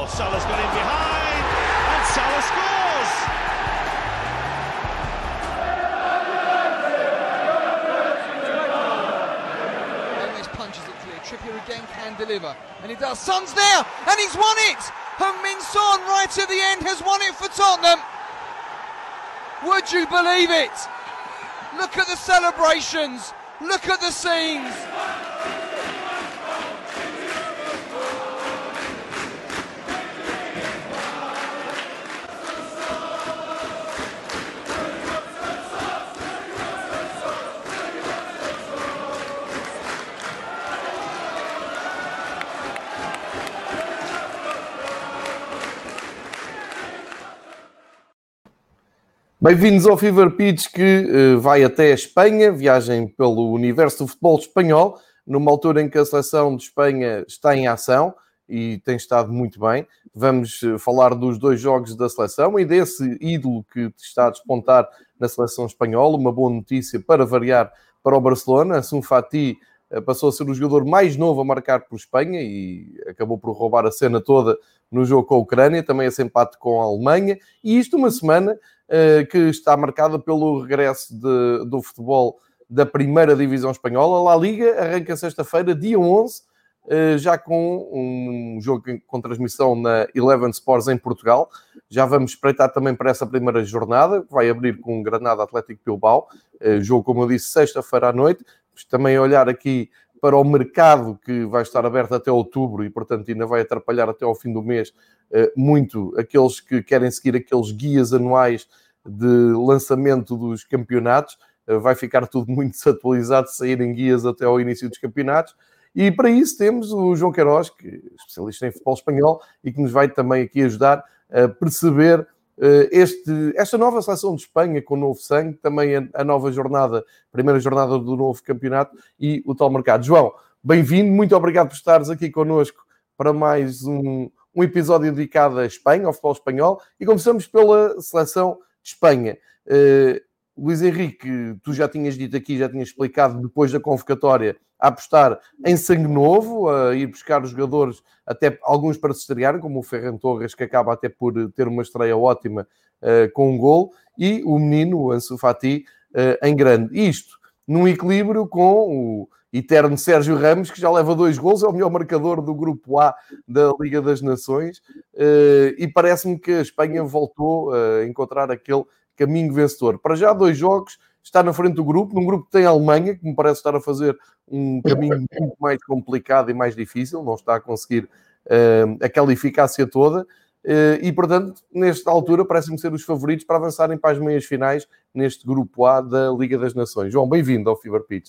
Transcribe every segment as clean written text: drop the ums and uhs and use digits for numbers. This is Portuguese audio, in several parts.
Oh, Salah's got in behind, and Salah scores! Gomez punches it clear. Trippier again can deliver, and he does. Son's there, and he's won it. Heung-min Son, right at the end, has won it for Tottenham. Would you believe it? Look at the celebrations. Look at the scenes. Bem-vindos ao Fever Pitch, que vai até a Espanha, viagem pelo universo do futebol espanhol, numa altura em que a seleção de Espanha está em ação e tem estado muito bem. Vamos falar dos dois jogos da seleção e desse ídolo que está a despontar na seleção espanhola. Uma boa notícia para variar para o Barcelona. Ansu Fati passou a ser o jogador mais novo a marcar por Espanha e acabou por roubar a cena toda no jogo com a Ucrânia, também esse empate com a Alemanha. E isto uma semana que está marcada pelo regresso do futebol da primeira divisão espanhola. A La Liga arranca sexta-feira, dia 11, já com um jogo com transmissão na Eleven Sports em Portugal. Já vamos espreitar também para essa primeira jornada, que vai abrir com o Granada Atlético Bilbao. Jogo, como eu disse, sexta-feira à noite. Vamos também olhar aqui para o mercado, que vai estar aberto até outubro e, portanto, ainda vai atrapalhar até ao fim do mês muito aqueles que querem seguir aqueles guias anuais de lançamento dos campeonatos. Vai ficar tudo muito desatualizado se saírem guias até ao início dos campeonatos. E para isso temos o João Queiroz, que é especialista em futebol espanhol e que nos vai também aqui ajudar a perceber esta nova seleção de Espanha com o novo sangue, também a nova jornada, primeira jornada do novo campeonato e o tal mercado. João, bem-vindo, muito obrigado por estares aqui connosco para mais um episódio dedicado à Espanha, ao futebol espanhol, e começamos pela seleção de Espanha. Luís Henrique, tu já tinhas dito aqui, já tinhas explicado depois da convocatória, a apostar em sangue novo, a ir buscar os jogadores, até alguns para se estrearem, como o Ferran Torres, que acaba até por ter uma estreia ótima com um golo, e o menino, o Ansu Fati, em grande. Isto num equilíbrio com o eterno Sérgio Ramos, que já leva 2 golos, é o melhor marcador do Grupo A da Liga das Nações, e parece-me que a Espanha voltou a encontrar aquele caminho vencedor. Para já, 2 jogos, está na frente do grupo, num grupo que tem a Alemanha, que me parece estar a fazer um caminho muito mais complicado e mais difícil, não está a conseguir aquela eficácia toda, e, portanto, nesta altura, parecem-me ser os favoritos para avançarem para as meias finais neste grupo A da Liga das Nações. João, bem-vindo ao Fever Pitch.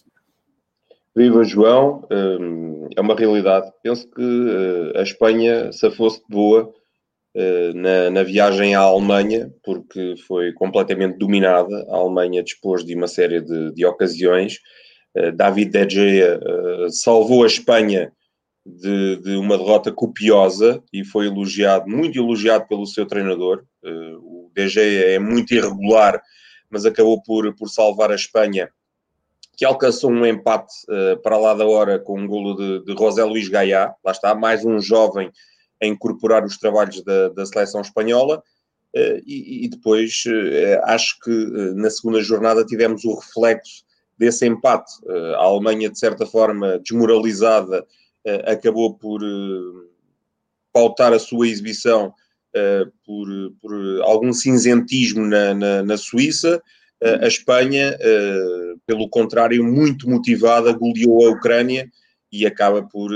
Viva João, é uma realidade. Penso que a Espanha, se fosse boa na viagem à Alemanha, porque foi completamente dominada, a Alemanha dispôs de uma série de ocasiões. David De Gea salvou a Espanha de uma derrota copiosa e foi muito elogiado pelo seu treinador. O De Gea é muito irregular, mas acabou por salvar a Espanha, que alcançou um empate para lá da hora com um golo de José Luís Gaiá. Lá está, mais um jovem a incorporar os trabalhos da seleção espanhola. E depois acho que na segunda jornada tivemos o reflexo desse empate. A Alemanha, de certa forma, desmoralizada, acabou por pautar a sua exibição por algum cinzentismo na Suíça. A Espanha, pelo contrário, muito motivada, goleou a Ucrânia e acaba por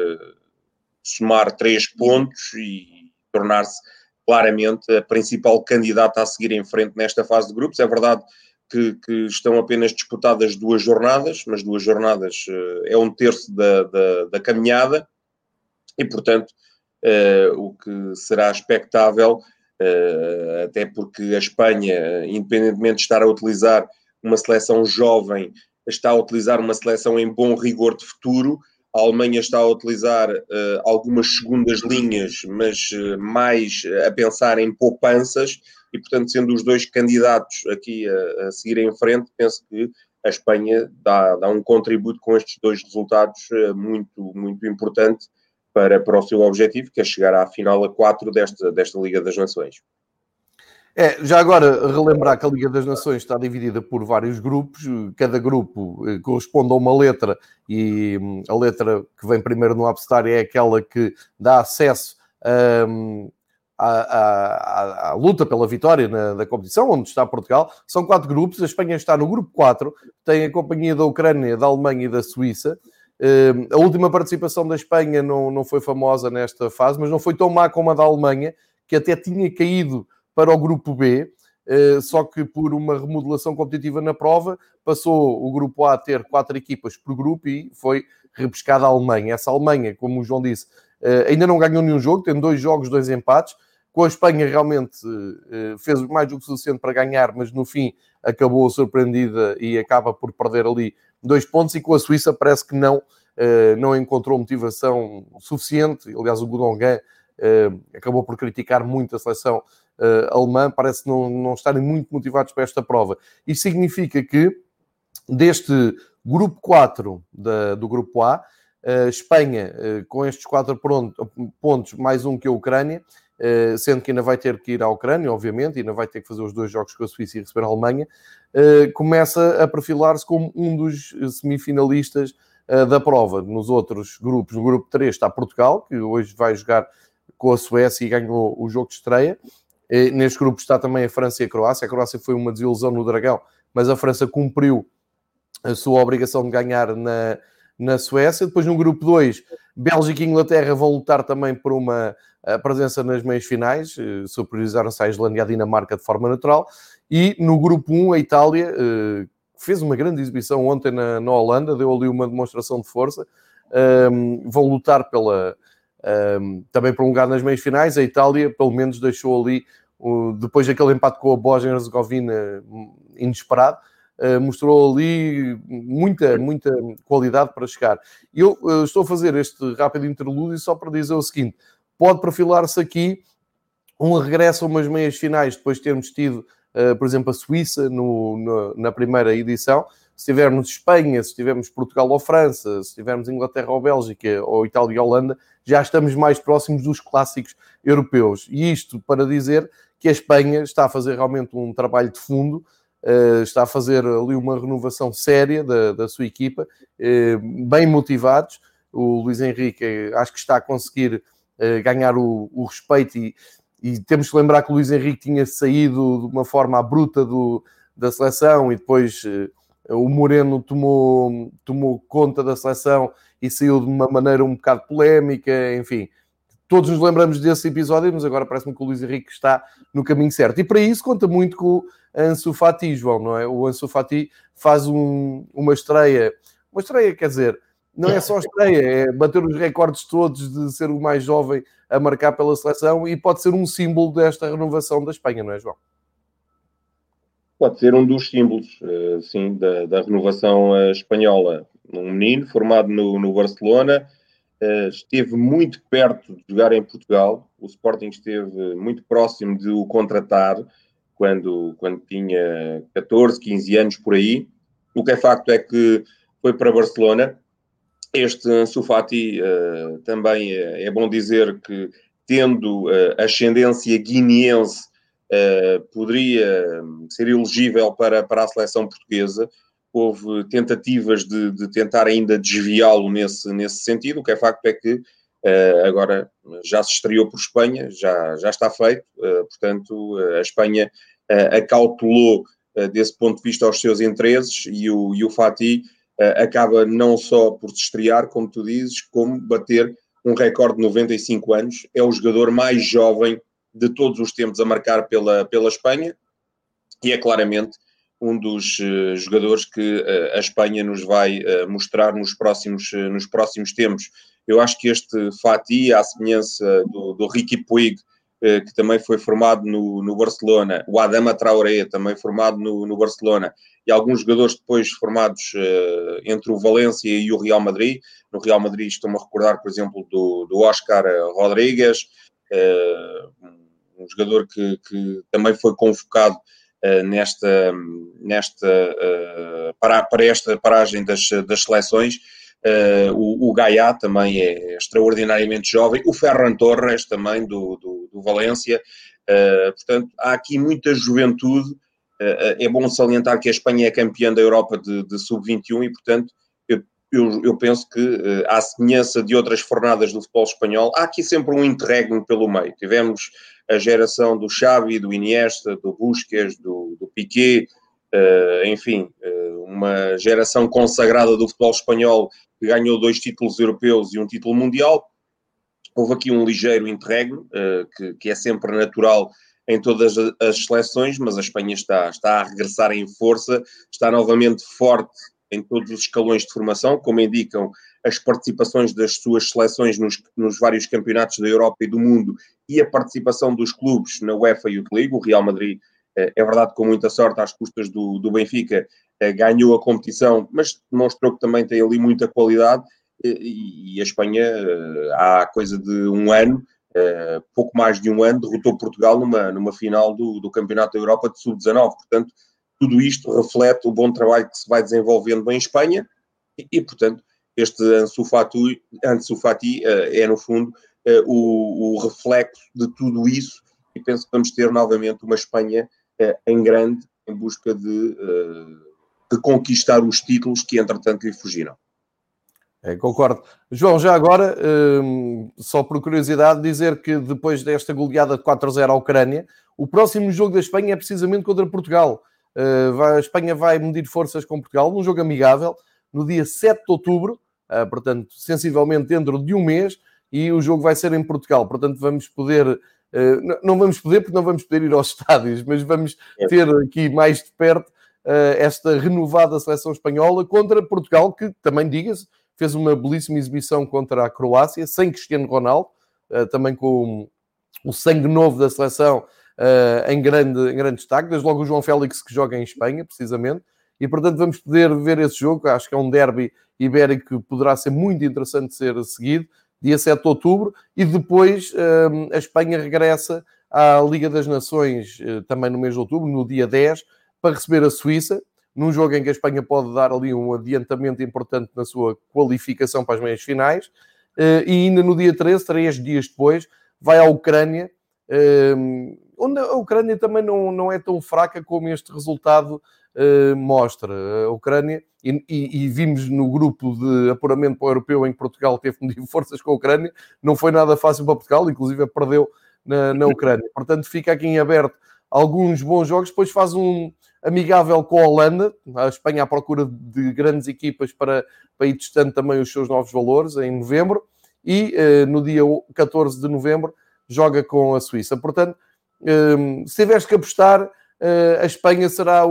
somar 3 pontos e tornar-se claramente a principal candidata a seguir em frente nesta fase de grupos. É verdade que estão apenas disputadas 2 jornadas, mas 2 jornadas é 1/3 da caminhada e, portanto, o que será expectável, até porque a Espanha, independentemente de estar a utilizar uma seleção jovem, está a utilizar uma seleção em bom rigor de futuro. A Alemanha está a utilizar algumas segundas linhas, mas mais a pensar em poupanças e, portanto, sendo os 2 candidatos aqui a seguir em frente, penso que a Espanha dá um contributo com estes 2 resultados muito, muito importante para o seu objetivo, que é chegar à final a 4 desta Liga das Nações. Já agora, relembrar que a Liga das Nações está dividida por vários grupos, cada grupo corresponde a uma letra, e a letra que vem primeiro no abecedário é aquela que dá acesso à luta pela vitória na competição, onde está Portugal. São 4 grupos, a Espanha está no grupo 4, tem a companhia da Ucrânia, da Alemanha e da Suíça. A última participação da Espanha não foi famosa nesta fase, mas não foi tão má como a da Alemanha, que até tinha caído para o grupo B, só que por uma remodelação competitiva na prova, passou o grupo A a ter 4 equipas por grupo e foi repescada a Alemanha. Essa Alemanha, como o João disse, ainda não ganhou nenhum jogo, tem 2 jogos, 2 empates. Com a Espanha realmente fez mais do que suficiente para ganhar, mas no fim acabou surpreendida e acaba por perder ali 2 pontos, e com a Suíça parece que não encontrou motivação suficiente. Aliás, o Gundogan acabou por criticar muito a seleção alemã, parece não estarem muito motivados para esta prova. Isto significa que deste grupo 4 do grupo A, a Espanha, com estes 4 pontos, mais um que a Ucrânia, sendo que ainda vai ter que ir à Ucrânia, obviamente, ainda vai ter que fazer os 2 jogos com a Suíça e receber a Alemanha, começa a perfilar-se como um dos semifinalistas da prova. Nos outros grupos, no grupo 3 está Portugal, que hoje vai jogar com a Suécia e ganhou o jogo de estreia. Neste grupo está também a França e a Croácia. A Croácia foi uma desilusão no Dragão, mas a França cumpriu a sua obrigação de ganhar na Suécia. Depois no grupo 2, Bélgica e Inglaterra vão lutar também por uma presença nas meias finais, superiorizaram-se à Islândia e à Dinamarca de forma natural. E no grupo 1, a Itália fez uma grande exibição ontem na Holanda, deu ali uma demonstração de força. Vão lutar também por um lugar nas meias finais. A Itália pelo menos deixou ali, depois daquele empate com a Bósnia e Herzegovina inesperado, mostrou ali muita qualidade para chegar. Eu estou a fazer este rápido interlúdio só para dizer o seguinte: pode perfilar-se aqui um regresso a umas meias finais, depois de termos tido, por exemplo, a Suíça na primeira edição. Se tivermos Espanha, se tivermos Portugal ou França, se tivermos Inglaterra ou Bélgica, ou Itália e Holanda, já estamos mais próximos dos clássicos europeus. E isto para dizer que a Espanha está a fazer realmente um trabalho de fundo, está a fazer ali uma renovação séria da sua equipa, bem motivados. O Luís Henrique acho que está a conseguir ganhar o respeito, e temos que lembrar que o Luís Henrique tinha saído de uma forma à bruta da seleção, e depois o Moreno tomou conta da seleção e saiu de uma maneira um bocado polémica. Enfim, todos nos lembramos desse episódio, mas agora parece-me que o Luís Henrique está no caminho certo. E para isso conta muito com o Ansu Fati, João, não é? O Ansu Fati faz uma estreia, quer dizer, não é só estreia, é bater os recordes todos de ser o mais jovem a marcar pela seleção, e pode ser um símbolo desta renovação da Espanha, não é, João? Pode ser um dos símbolos, sim, da renovação espanhola. Um menino formado no Barcelona, esteve muito perto de jogar em Portugal. O Sporting esteve muito próximo de o contratar quando tinha 14, 15 anos por aí. O que é facto é que foi para Barcelona. Este Ansu Fati também é bom dizer que, tendo ascendência guineense, poderia ser elegível para a seleção portuguesa. Houve tentativas de tentar ainda desviá-lo nesse sentido. O que é facto é que agora já se estreou por Espanha, já está feito. Portanto, a Espanha acautelou desse ponto de vista os seus interesses, e o Fati acaba não só por se estrear, como tu dizes, como bater um recorde de 95 anos. É o jogador mais jovem de todos os tempos a marcar pela Espanha, e é claramente um dos jogadores que a Espanha nos vai mostrar nos próximos tempos. Eu acho que este Fati, à semelhança do Riqui Puig, que também foi formado no Barcelona, o Adama Traoré, também formado no Barcelona, e alguns jogadores depois formados entre o Valência e o Real Madrid. No Real Madrid estou-me a recordar, por exemplo, do Óscar Rodrigues, um jogador que também foi convocado para esta paragem das seleções. O Gaiá também é extraordinariamente jovem, o Ferran Torres também do Valência. Portanto, há aqui muita juventude. É bom salientar que a Espanha é campeã da Europa de sub-21 e, portanto, eu penso que, à semelhança de outras fornadas do futebol espanhol, há aqui sempre um interregno pelo meio. Tivemos a geração do Xavi, do Iniesta, do Busquets, do Piqué, enfim, uma geração consagrada do futebol espanhol que ganhou 2 títulos europeus e um título mundial. Houve aqui um ligeiro interregno, que é sempre natural em todas as seleções, mas a Espanha está a regressar em força, está novamente forte em todos os escalões de formação, como indicam as participações das suas seleções nos vários campeonatos da Europa e do mundo e a participação dos clubes na UEFA Youth League. O Real Madrid, é verdade, com muita sorte, às custas do Benfica, ganhou a competição, mas demonstrou que também tem ali muita qualidade. E a Espanha, há coisa de um ano, pouco mais de um ano, derrotou Portugal numa final do Campeonato da Europa de Sub-19. Portanto, tudo isto reflete o bom trabalho que se vai desenvolvendo em Espanha e portanto, este Ansu Fati é, no fundo, o reflexo de tudo isso e penso que vamos ter novamente uma Espanha em grande, em busca de conquistar os títulos que, entretanto, lhe fugiram. Concordo. João, já agora, só por curiosidade, dizer que depois desta goleada de 4-0 à Ucrânia, o próximo jogo da Espanha é precisamente contra Portugal. A Espanha vai medir forças com Portugal num jogo amigável no dia 7 de outubro, portanto, sensivelmente dentro de um mês, e o jogo vai ser em Portugal. Portanto, vamos poder... não vamos poder, porque não vamos poder ir aos estádios, mas vamos ter aqui mais de perto esta renovada seleção espanhola contra Portugal, que também, diga-se, fez uma belíssima exibição contra a Croácia, sem Cristiano Ronaldo, também com o sangue novo da seleção em grande destaque. Desde logo o João Félix, que joga em Espanha, precisamente. E, portanto, vamos poder ver esse jogo. Acho que é um derby ibérico que poderá ser muito interessante de ser seguido, dia 7 de outubro. E depois a Espanha regressa à Liga das Nações, também no mês de outubro, no dia 10, para receber a Suíça, num jogo em que a Espanha pode dar ali um adiantamento importante na sua qualificação para as meias finais. E ainda no dia 13, 3 dias depois, vai à Ucrânia, onde a Ucrânia também não é tão fraca como este resultado mostra. A Ucrânia, e vimos no grupo de apuramento para o europeu em que Portugal teve que medir forças com a Ucrânia, não foi nada fácil para Portugal, inclusive perdeu na Ucrânia. Portanto, fica aqui em aberto alguns bons jogos. Depois faz um amigável com a Holanda, a Espanha à procura de grandes equipas para ir testando também os seus novos valores em novembro, e no dia 14 de novembro joga com a Suíça. Portanto, se tiveres que apostar, a Espanha será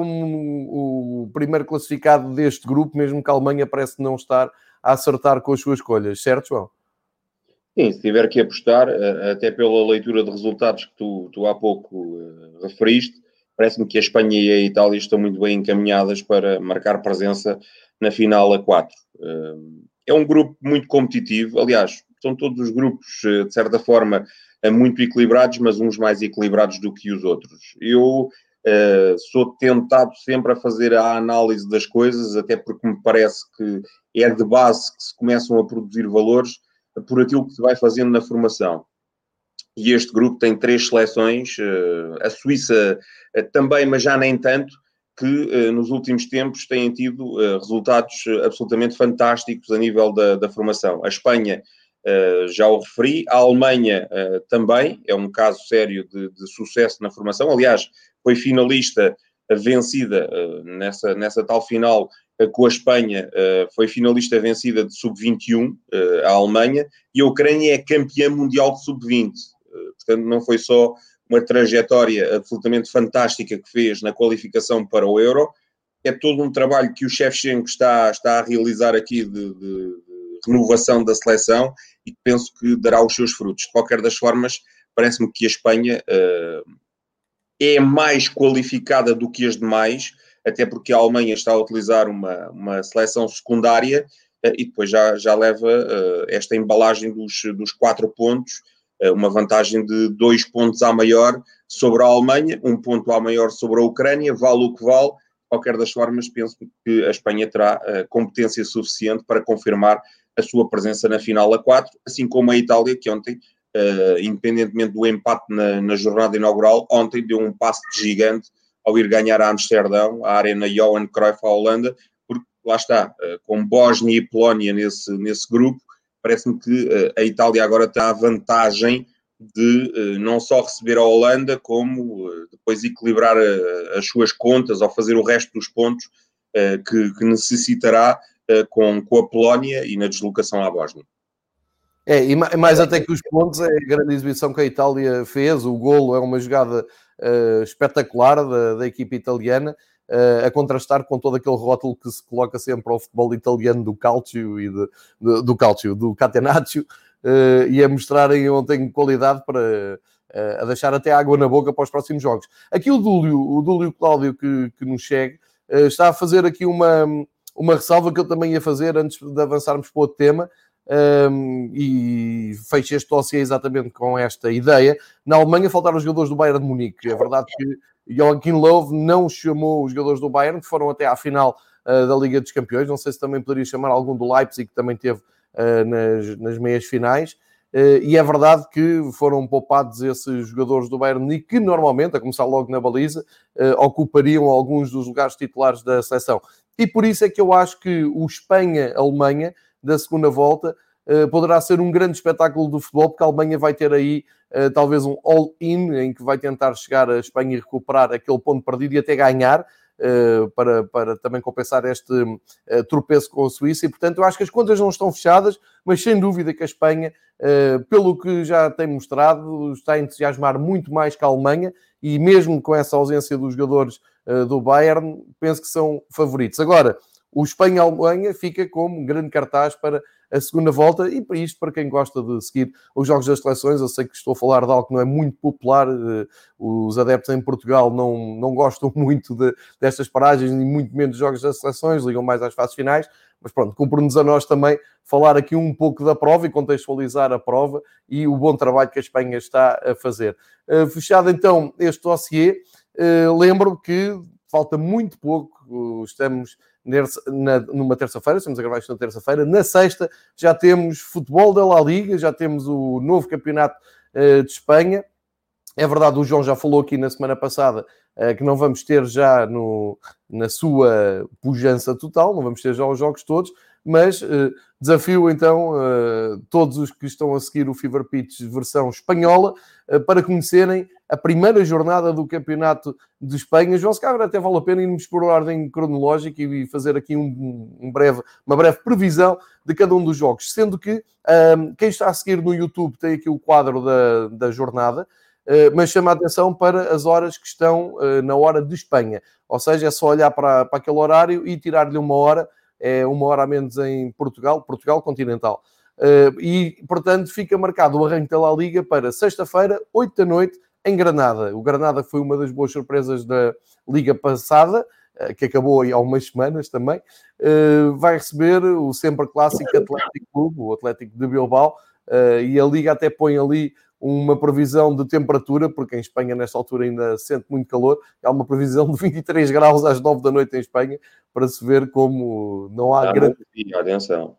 o primeiro classificado deste grupo, mesmo que a Alemanha parece não estar a acertar com as suas escolhas, certo, João? Sim, se tiver que apostar, até pela leitura de resultados que tu há pouco referiste, parece-me que a Espanha e a Itália estão muito bem encaminhadas para marcar presença na final a 4. É um grupo muito competitivo, aliás, são todos os grupos, de certa forma, muito equilibrados, mas uns mais equilibrados do que os outros. Eu sou tentado sempre a fazer a análise das coisas, até porque me parece que é de base que se começam a produzir valores por aquilo que se vai fazendo na formação. E este grupo tem 3 seleções, a Suíça também, mas já nem tanto, que nos últimos tempos têm tido resultados absolutamente fantásticos a nível da formação. A Espanha, já o referi, a Alemanha também, é um caso sério de sucesso na formação. Aliás, foi finalista vencida nessa tal final com a Espanha, foi finalista vencida de sub-21, a Alemanha, e a Ucrânia é campeã mundial de sub-20. Portanto, não foi só uma trajetória absolutamente fantástica que fez na qualificação para o Euro, é todo um trabalho que o Shevchenko está a realizar aqui de renovação da seleção e que penso que dará os seus frutos. De qualquer das formas, parece-me que a Espanha é mais qualificada do que as demais, até porque a Alemanha está a utilizar uma seleção secundária e depois já leva esta embalagem dos 4 pontos, uma vantagem de 2 pontos à maior sobre a Alemanha, 1 ponto à maior sobre a Ucrânia, vale o que vale. qualquer das formas, penso que a Espanha terá competência suficiente para confirmar a sua presença na final a 4, assim como a Itália, que ontem, independentemente do empate na jornada inaugural, ontem deu um passo de gigante ao ir ganhar a Amsterdão, a Arena Johan Cruyff à Holanda, porque lá está, com Bósnia e Polónia nesse grupo, parece-me que a Itália agora está a vantagem de não só receber a Holanda, como depois equilibrar as suas contas ou fazer o resto dos pontos que necessitará com a Polónia e na deslocação à Bósnia. E mais até que os pontos, é a grande exibição que a Itália fez, o golo é uma jogada espetacular da equipa italiana, a contrastar com todo aquele rótulo que se coloca sempre ao futebol italiano do calcio e do catenaccio, e a mostrarem ontem qualidade para a deixar até água na boca para os próximos jogos. Aqui o Dúlio Cláudio que nos segue está a fazer aqui uma ressalva que eu também ia fazer antes de avançarmos para outro tema, e fecho este dossiê exatamente com esta ideia. Na Alemanha faltaram os jogadores do Bayern de Munique. É verdade que Joachim Löw não chamou os jogadores do Bayern, que foram até à final da Liga dos Campeões. Não sei se também poderia chamar algum do Leipzig, que também teve nas meias finais. E é verdade que foram poupados esses jogadores do Bayern de Munique, que normalmente, a começar logo na baliza, ocupariam alguns dos lugares titulares da seleção. E por isso é que eu acho que o Espanha-Alemanha da segunda volta poderá ser um grande espetáculo do futebol, porque a Alemanha vai ter aí talvez um all-in, em que vai tentar chegar a Espanha e recuperar aquele ponto perdido e até ganhar, para também compensar este tropeço com a Suíça. E portanto eu acho que as contas não estão fechadas, mas sem dúvida que a Espanha, pelo que já tem mostrado, está a entusiasmar muito mais que a Alemanha, e mesmo com essa ausência dos jogadores do Bayern, penso que são favoritos. Agora, o Espanha-Alemanha fica como um grande cartaz para a segunda volta, e para isto, para quem gosta de seguir os jogos das seleções, eu sei que estou a falar de algo que não é muito popular, os adeptos em Portugal não gostam muito destas paragens, e muito menos dos jogos das seleções, ligam mais às fases finais, mas pronto, cumpre-nos a nós também falar aqui um pouco da prova e contextualizar a prova e o bom trabalho que a Espanha está a fazer. Fechado então este dossiê, lembro que falta muito pouco, estamos numa terça-feira, estamos a gravar isto na terça-feira. Na sexta já temos futebol da La Liga, já temos o novo campeonato de Espanha. É verdade, o João já falou aqui na semana passada que não vamos ter já na sua pujança total, não vamos ter já os jogos todos, mas desafio então todos os que estão a seguir o Fever Pitch versão espanhola para conhecerem a primeira jornada do Campeonato de Espanha. João, se calhar até vale a pena irmos por ordem cronológica e fazer aqui uma breve previsão de cada um dos jogos, sendo que quem está a seguir no YouTube tem aqui o quadro da jornada, mas chama a atenção para as horas que estão na hora de Espanha, ou seja, é só olhar para aquele horário e tirar-lhe uma hora, é uma hora a menos em Portugal continental. E, portanto, fica marcado o arranque da La Liga para sexta-feira, 8 da noite, em Granada. O Granada foi uma das boas surpresas da Liga passada, que acabou aí há umas semanas também. Vai receber o sempre clássico Atlético Clube, o Atlético de Bilbao, e a Liga até põe ali uma previsão de temperatura, porque em Espanha nesta altura ainda sente muito calor. Há uma previsão de 23 graus às 9 da noite em Espanha, para se ver como não há grande... Atenção.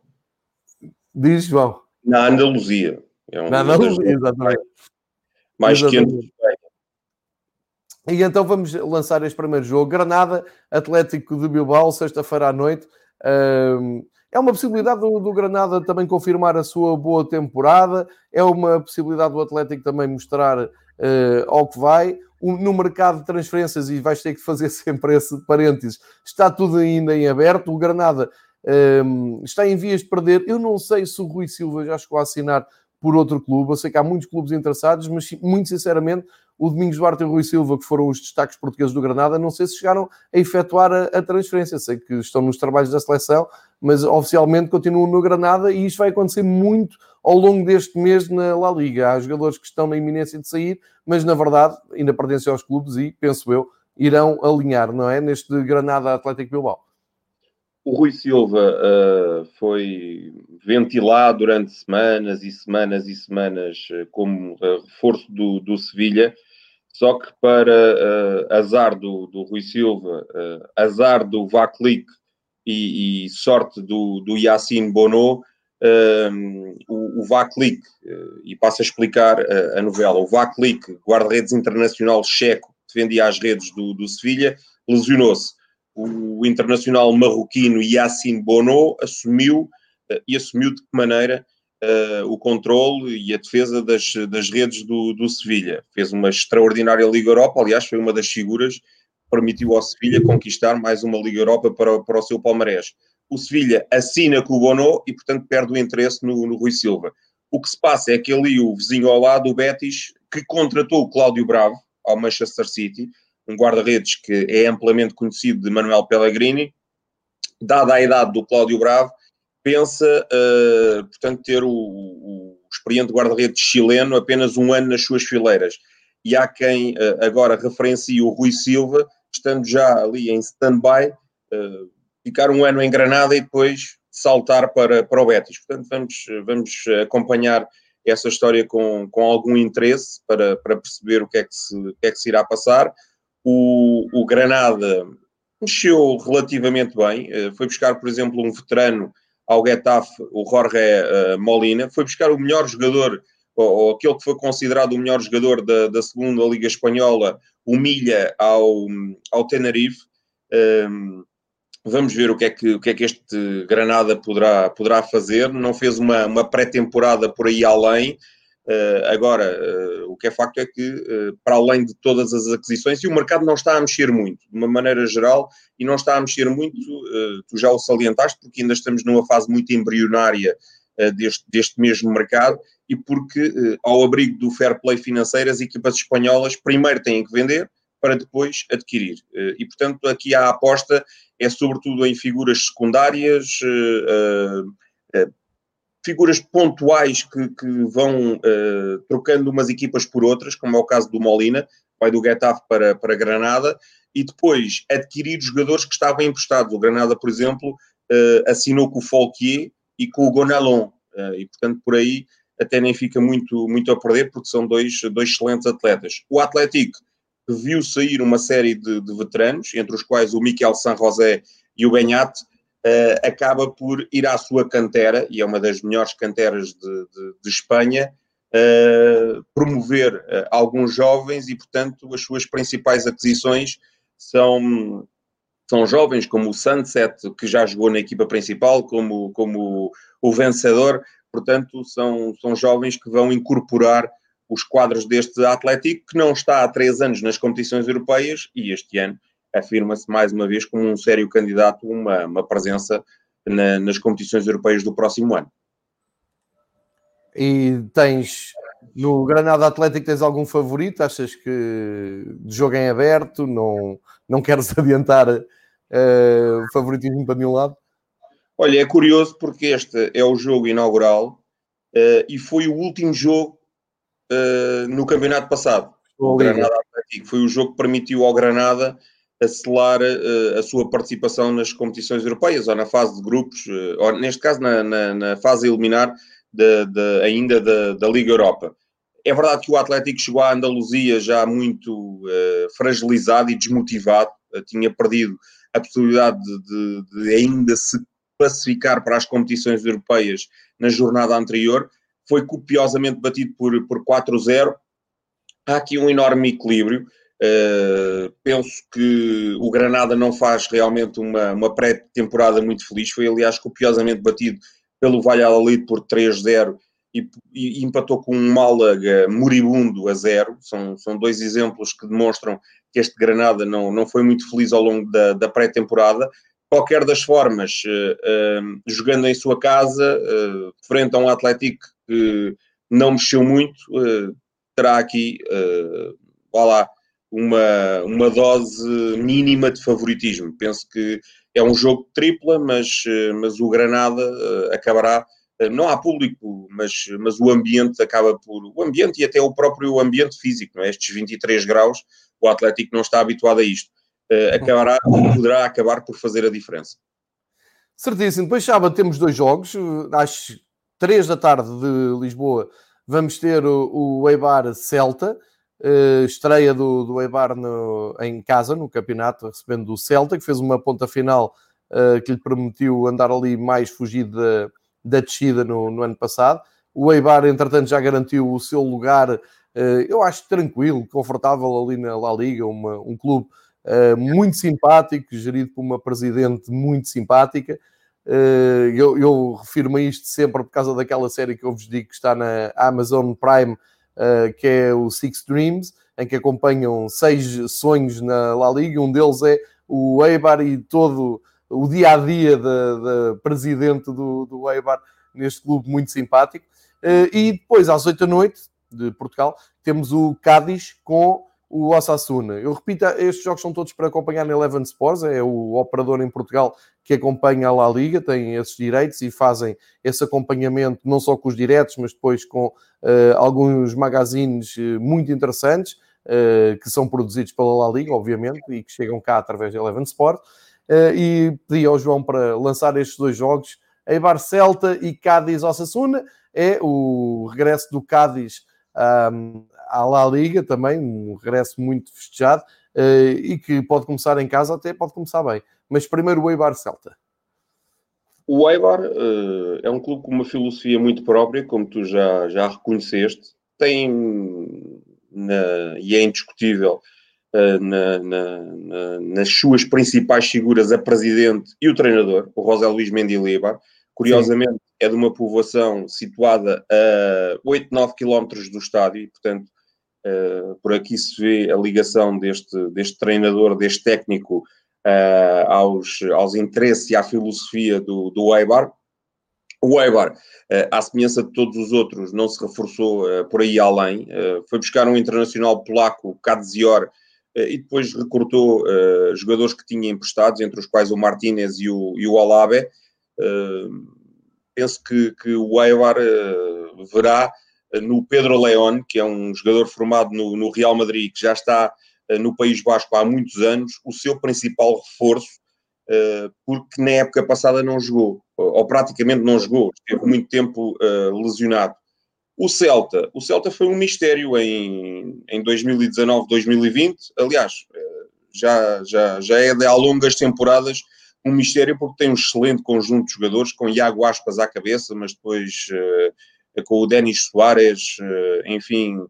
Diz, João. Na Andaluzia. Na Andaluzia, exatamente. Mais quente de Espanha. E então vamos lançar este primeiro jogo. Granada, Atlético de Bilbao, sexta-feira à noite. É uma possibilidade do Granada também confirmar a sua boa temporada. É uma possibilidade do Atlético também mostrar ao que vai. No mercado de transferências, e vais ter que fazer sempre esse parênteses, está tudo ainda em aberto. O Granada está em vias de perder. Eu não sei se o Rui Silva já chegou a assinar por outro clube. Eu sei que há muitos clubes interessados, mas muito sinceramente o Domingos Duarte e o Rui Silva, que foram os destaques portugueses do Granada, não sei se chegaram a efetuar a transferência. Sei que estão nos trabalhos da seleção, mas oficialmente continuam no Granada, e isto vai acontecer muito ao longo deste mês na La Liga. Há jogadores que estão na iminência de sair, mas na verdade ainda pertencem aos clubes e, penso eu, irão alinhar, não é? Neste Granada Atlético Bilbao. O Rui Silva foi ventilado durante semanas e semanas e semanas como reforço do Sevilha, só que para azar do Rui Silva, azar do Vaclik e sorte do Yacine Bono, o Vaclik, e passo a explicar a novela, o Vaclik, guarda-redes internacional checo, defendia as redes do Sevilha, lesionou-se. O internacional marroquino Yacine Bono assumiu de que maneira o controle e a defesa das redes do Sevilha. Fez uma extraordinária Liga Europa, aliás, foi uma das figuras que permitiu ao Sevilha conquistar mais uma Liga Europa para o seu palmarés. O Sevilha assina com o Bono e, portanto, perde o interesse no Rui Silva. O que se passa é que ali o vizinho ao lado, o Betis, que contratou o Cláudio Bravo ao Manchester City, um guarda-redes que é amplamente conhecido de Manuel Pellegrini, dada a idade do Cláudio Bravo, pensa, portanto, ter o experiente guarda-redes chileno apenas um ano nas suas fileiras. E há quem agora referencie o Rui Silva, estando já ali em stand-by, ficar um ano em Granada e depois saltar para o Betis. Portanto, vamos acompanhar essa história com algum interesse para perceber o que é que se irá passar. O Granada mexeu relativamente bem, foi buscar, por exemplo, um veterano ao Getafe, o Jorge Molina, foi buscar o melhor jogador, ou aquele que foi considerado o melhor jogador da segunda Liga Espanhola, o Milha, ao Tenerife. Vamos ver o que é que este Granada poderá fazer. Não fez uma pré-temporada por aí além. Agora, o que é facto é que, para além de todas as aquisições, e o mercado não está a mexer muito, de uma maneira geral, e não está a mexer muito, tu já o salientaste, porque ainda estamos numa fase muito embrionária deste mesmo mercado, e porque, ao abrigo do fair play financeiro, as equipas espanholas primeiro têm que vender, para depois adquirir. E, portanto, aqui a aposta é sobretudo em figuras secundárias, figuras pontuais que vão trocando umas equipas por outras, como é o caso do Molina, vai do Getafe para Granada, e depois adquirir jogadores que estavam emprestados. O Granada, por exemplo, assinou com o Folquier e com o Gonalon, e portanto por aí até nem fica muito a perder, porque são dois excelentes atletas. O Atlético viu sair uma série de veteranos, entre os quais o Miquel San José e o Beñat, acaba por ir à sua cantera, e é uma das melhores canteras de Espanha, promover alguns jovens, e portanto as suas principais aquisições são jovens como o Sunset, que já jogou na equipa principal, como o Vencedor. Portanto são jovens que vão incorporar os quadros deste Atlético, que não está há 3 anos nas competições europeias, e este ano afirma-se mais uma vez como um sério candidato a uma presença nas competições europeias do próximo ano. E tens, no Granada Atlético, tens algum favorito? Achas que de jogo em aberto, não queres adiantar o favoritismo para nenhum lado? Olha, é curioso porque este é o jogo inaugural e foi o último jogo no campeonato passado. O Granada Atlético foi o jogo que permitiu ao Granada selar a sua participação nas competições europeias, ou na fase de grupos, ou neste caso na fase eliminar ainda da Liga Europa. É verdade que o Atlético chegou à Andaluzia já muito fragilizado e desmotivado, tinha perdido a possibilidade de ainda se classificar para as competições europeias na jornada anterior, foi copiosamente batido por 4-0. Há aqui um enorme equilíbrio. Penso que o Granada não faz realmente uma pré-temporada muito feliz. Foi, aliás, copiosamente batido pelo Valladolid por 3-0 e empatou com um Málaga moribundo a 0. São 2 exemplos que demonstram que este Granada não foi muito feliz ao longo da pré-temporada. Qualquer das formas, jogando em sua casa, frente a um Atlético que não mexeu muito, terá aqui, uma dose mínima de favoritismo. Penso que é um jogo de tripla, mas o Granada acabará, não há público, mas o ambiente acaba por... O ambiente e até o próprio ambiente físico, não é? Estes 23 graus, o Atlético não está habituado a isto. Poderá acabar por fazer a diferença. Certíssimo. Depois, sábado, temos 2 jogos. Às 3 da tarde de Lisboa, vamos ter o Eibar Celta. estreia do Eibar em casa, no campeonato, recebendo o Celta, que fez uma ponta final que lhe permitiu andar ali mais fugido da descida no ano passado. O Eibar, entretanto, já garantiu o seu lugar, eu acho, tranquilo, confortável ali na La Liga, um clube muito simpático, gerido por uma presidente muito simpática. Eu refiro-me a isto sempre por causa daquela série que eu vos digo que está na Amazon Prime, que é o Six Dreams, em que acompanham 6 sonhos na La Liga. Um deles é o Eibar e todo o dia-a-dia da presidente do Eibar neste clube muito simpático. E depois, às 8 da noite, de Portugal, temos o Cádiz com o Osasuna. Eu repito, estes jogos são todos para acompanhar na Eleven Sports, é o operador em Portugal que acompanha a La Liga, tem esses direitos e fazem esse acompanhamento não só com os diretos, mas depois com alguns magazines muito interessantes, que são produzidos pela La Liga, obviamente, e que chegam cá através da Eleven Sport. E pedi ao João para lançar estes 2 jogos, Eibar Celta e Cádiz Osasuna. É o regresso do Cádiz à La Liga também, um regresso muito festejado, e que pode começar em casa, até pode começar bem. Mas primeiro o Eibar Celta. O Eibar é um clube com uma filosofia muito própria, como tu já reconheceste. Tem, e é indiscutível, nas suas principais figuras, a presidente e o treinador, o José Luís Mendilibar. Curiosamente, sim, é de uma povoação situada a 8, 9 quilómetros do estádio, e, portanto, por aqui se vê a ligação deste treinador, deste técnico, aos interesses e à filosofia do Eibar. O Eibar, à semelhança de todos os outros, não se reforçou por aí além. Foi buscar um internacional polaco, Kadzior, e depois recortou jogadores que tinha emprestados, entre os quais o Martínez e o Olabe. Penso que o Eibar verá no Pedro León, que é um jogador formado no Real Madrid, que já está no País Basco há muitos anos, o seu principal reforço, porque na época passada não jogou, ou praticamente não jogou, esteve muito tempo lesionado. O Celta foi um mistério em 2019, 2020, aliás, já é de há longas temporadas um mistério, porque tem um excelente conjunto de jogadores, com Iago Aspas à cabeça, mas depois com o Denis Soares, enfim,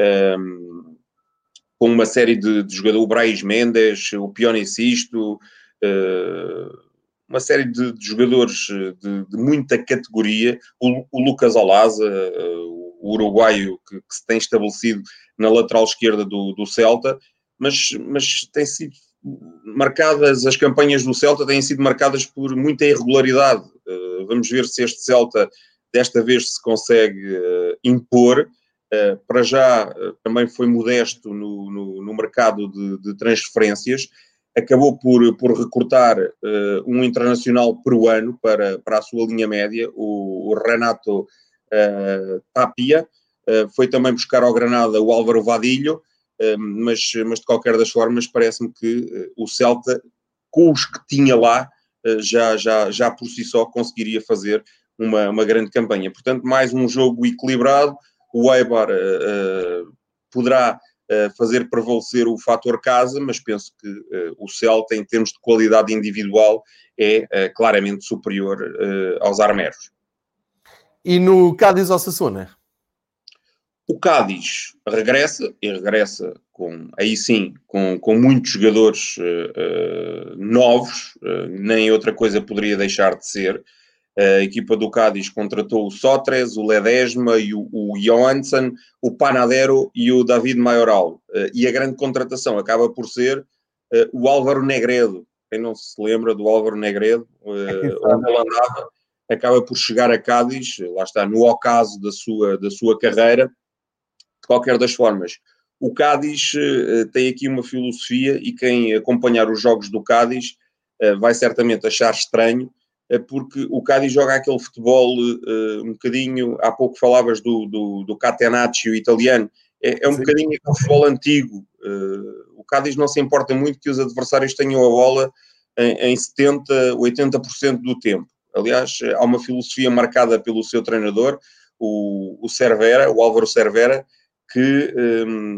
com uma série de jogadores, o Brais Mendes, o Pione Sisto, uma série de jogadores de muita categoria, o Lucas Olaza, o uruguaio que se tem estabelecido na lateral esquerda do Celta, mas tem sido marcadas, as campanhas do Celta têm sido marcadas por muita irregularidade. Vamos ver se este Celta desta vez se consegue impor. Para já também foi modesto no mercado de transferências. Acabou por recortar um internacional peruano para a sua linha média, o Renato Tapia. Foi também buscar ao Granada o Álvaro Vadillo, mas de qualquer das formas parece-me que o Celta, com os que tinha lá, já por si só conseguiria fazer uma grande campanha. Portanto, mais um jogo equilibrado. O Eibar poderá fazer prevalecer o fator casa, mas penso que o Celta, em termos de qualidade individual, é claramente superior aos armeros. E no Cádiz Osasuna? O Cádiz regressa com muitos jogadores novos, nem outra coisa poderia deixar de ser. A equipa do Cádiz contratou o Sotres, o Ledesma, e o Johansson, o Panadero e o David Maioral. E a grande contratação acaba por ser o Álvaro Negredo. Quem não se lembra do Álvaro Negredo, onde ele andava, acaba por chegar a Cádiz, lá está, no ocaso da sua carreira. De qualquer das formas, o Cádiz tem aqui uma filosofia, e quem acompanhar os jogos do Cádiz vai certamente achar estranho, porque o Cádiz joga aquele futebol um bocadinho, há pouco falavas do Catenaccio italiano, é um bocadinho aquele futebol antigo. O Cádiz não se importa muito que os adversários tenham a bola em 70%, 80% do tempo. Aliás, há uma filosofia marcada pelo seu treinador, o Cervera, o Álvaro Cervera, que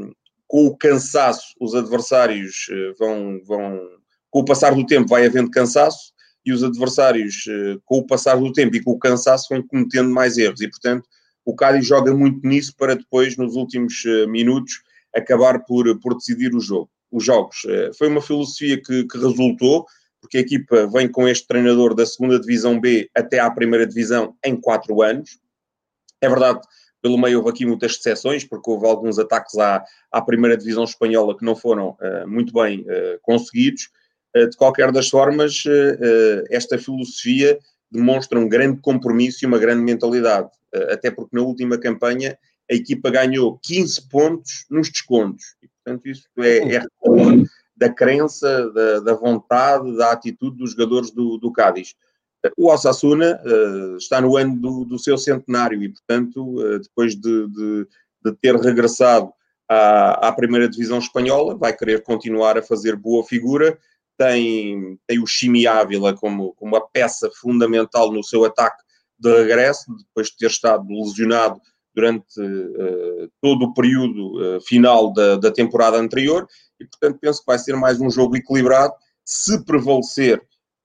com o cansaço, os adversários vão, com o passar do tempo vai havendo cansaço, e os adversários, com o passar do tempo e com o cansaço, vão cometendo mais erros, e portanto o Cádiz joga muito nisso para depois, nos últimos minutos, acabar por decidir os jogos. Foi uma filosofia que resultou, porque a equipa vem com este treinador da 2ª Divisão B até à 1ª Divisão em 4 anos. É verdade, pelo meio houve aqui muitas exceções, porque houve alguns ataques à 1ª Divisão Espanhola que não foram muito bem conseguidos. De qualquer das formas, esta filosofia demonstra um grande compromisso e uma grande mentalidade. Até porque na última campanha a equipa ganhou 15 pontos nos descontos. E, portanto, isso é da crença, da vontade, da atitude dos jogadores do Cádiz. O Osasuna está no ano do seu centenário e, portanto, depois de ter regressado à 1ª Divisão Espanhola, vai querer continuar a fazer boa figura. Tem o Chimi Ávila como uma peça fundamental no seu ataque de regresso, depois de ter estado lesionado durante todo o período final da temporada anterior, e portanto penso que vai ser mais um jogo equilibrado. Se prevalecer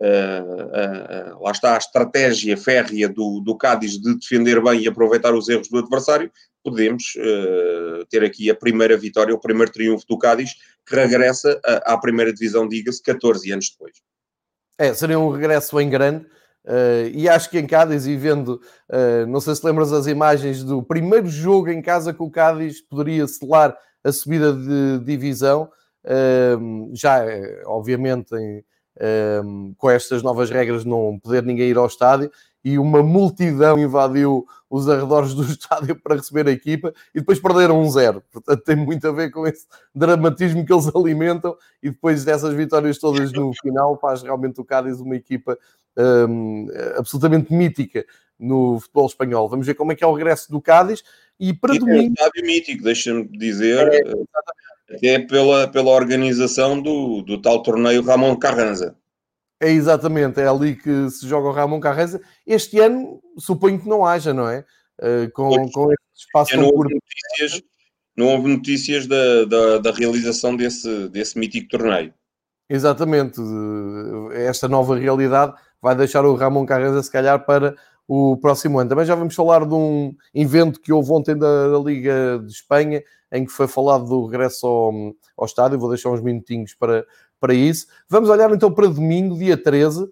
lá está a estratégia férrea do Cádiz de defender bem e aproveitar os erros do adversário, podemos ter aqui a primeira vitória, o primeiro triunfo do Cádiz, que regressa à 1ª Divisão, diga-se, 14 anos depois. Seria um regresso em grande. E acho que em Cádiz, e vendo, não sei se lembras as imagens do primeiro jogo em casa que o Cádiz poderia selar a subida de divisão, já obviamente com estas novas regras não poder ninguém ir ao estádio, e uma multidão invadiu os arredores do estádio para receber a equipa e depois perderam 1-0. Portanto, tem muito a ver com esse dramatismo que eles alimentam, e depois dessas vitórias todas no final faz realmente o Cádiz uma equipa absolutamente mítica no futebol espanhol. Vamos ver como é que é o regresso do Cádiz. E para domingo... É um estádio mítico, deixa-me dizer, até pela organização do tal torneio Ramón Carranza. É exatamente, é ali que se joga o Ramón Carranza. Este ano suponho que não haja, não é? Com este espaço tão curto. Não houve notícias da realização desse mítico torneio. Exatamente. Esta nova realidade vai deixar o Ramón Carranza, se calhar, para o próximo ano. Também já vamos falar de um evento que houve ontem da Liga de Espanha, em que foi falado do regresso ao estádio. Vou deixar uns minutinhos para isso. Vamos olhar então para domingo, dia 13,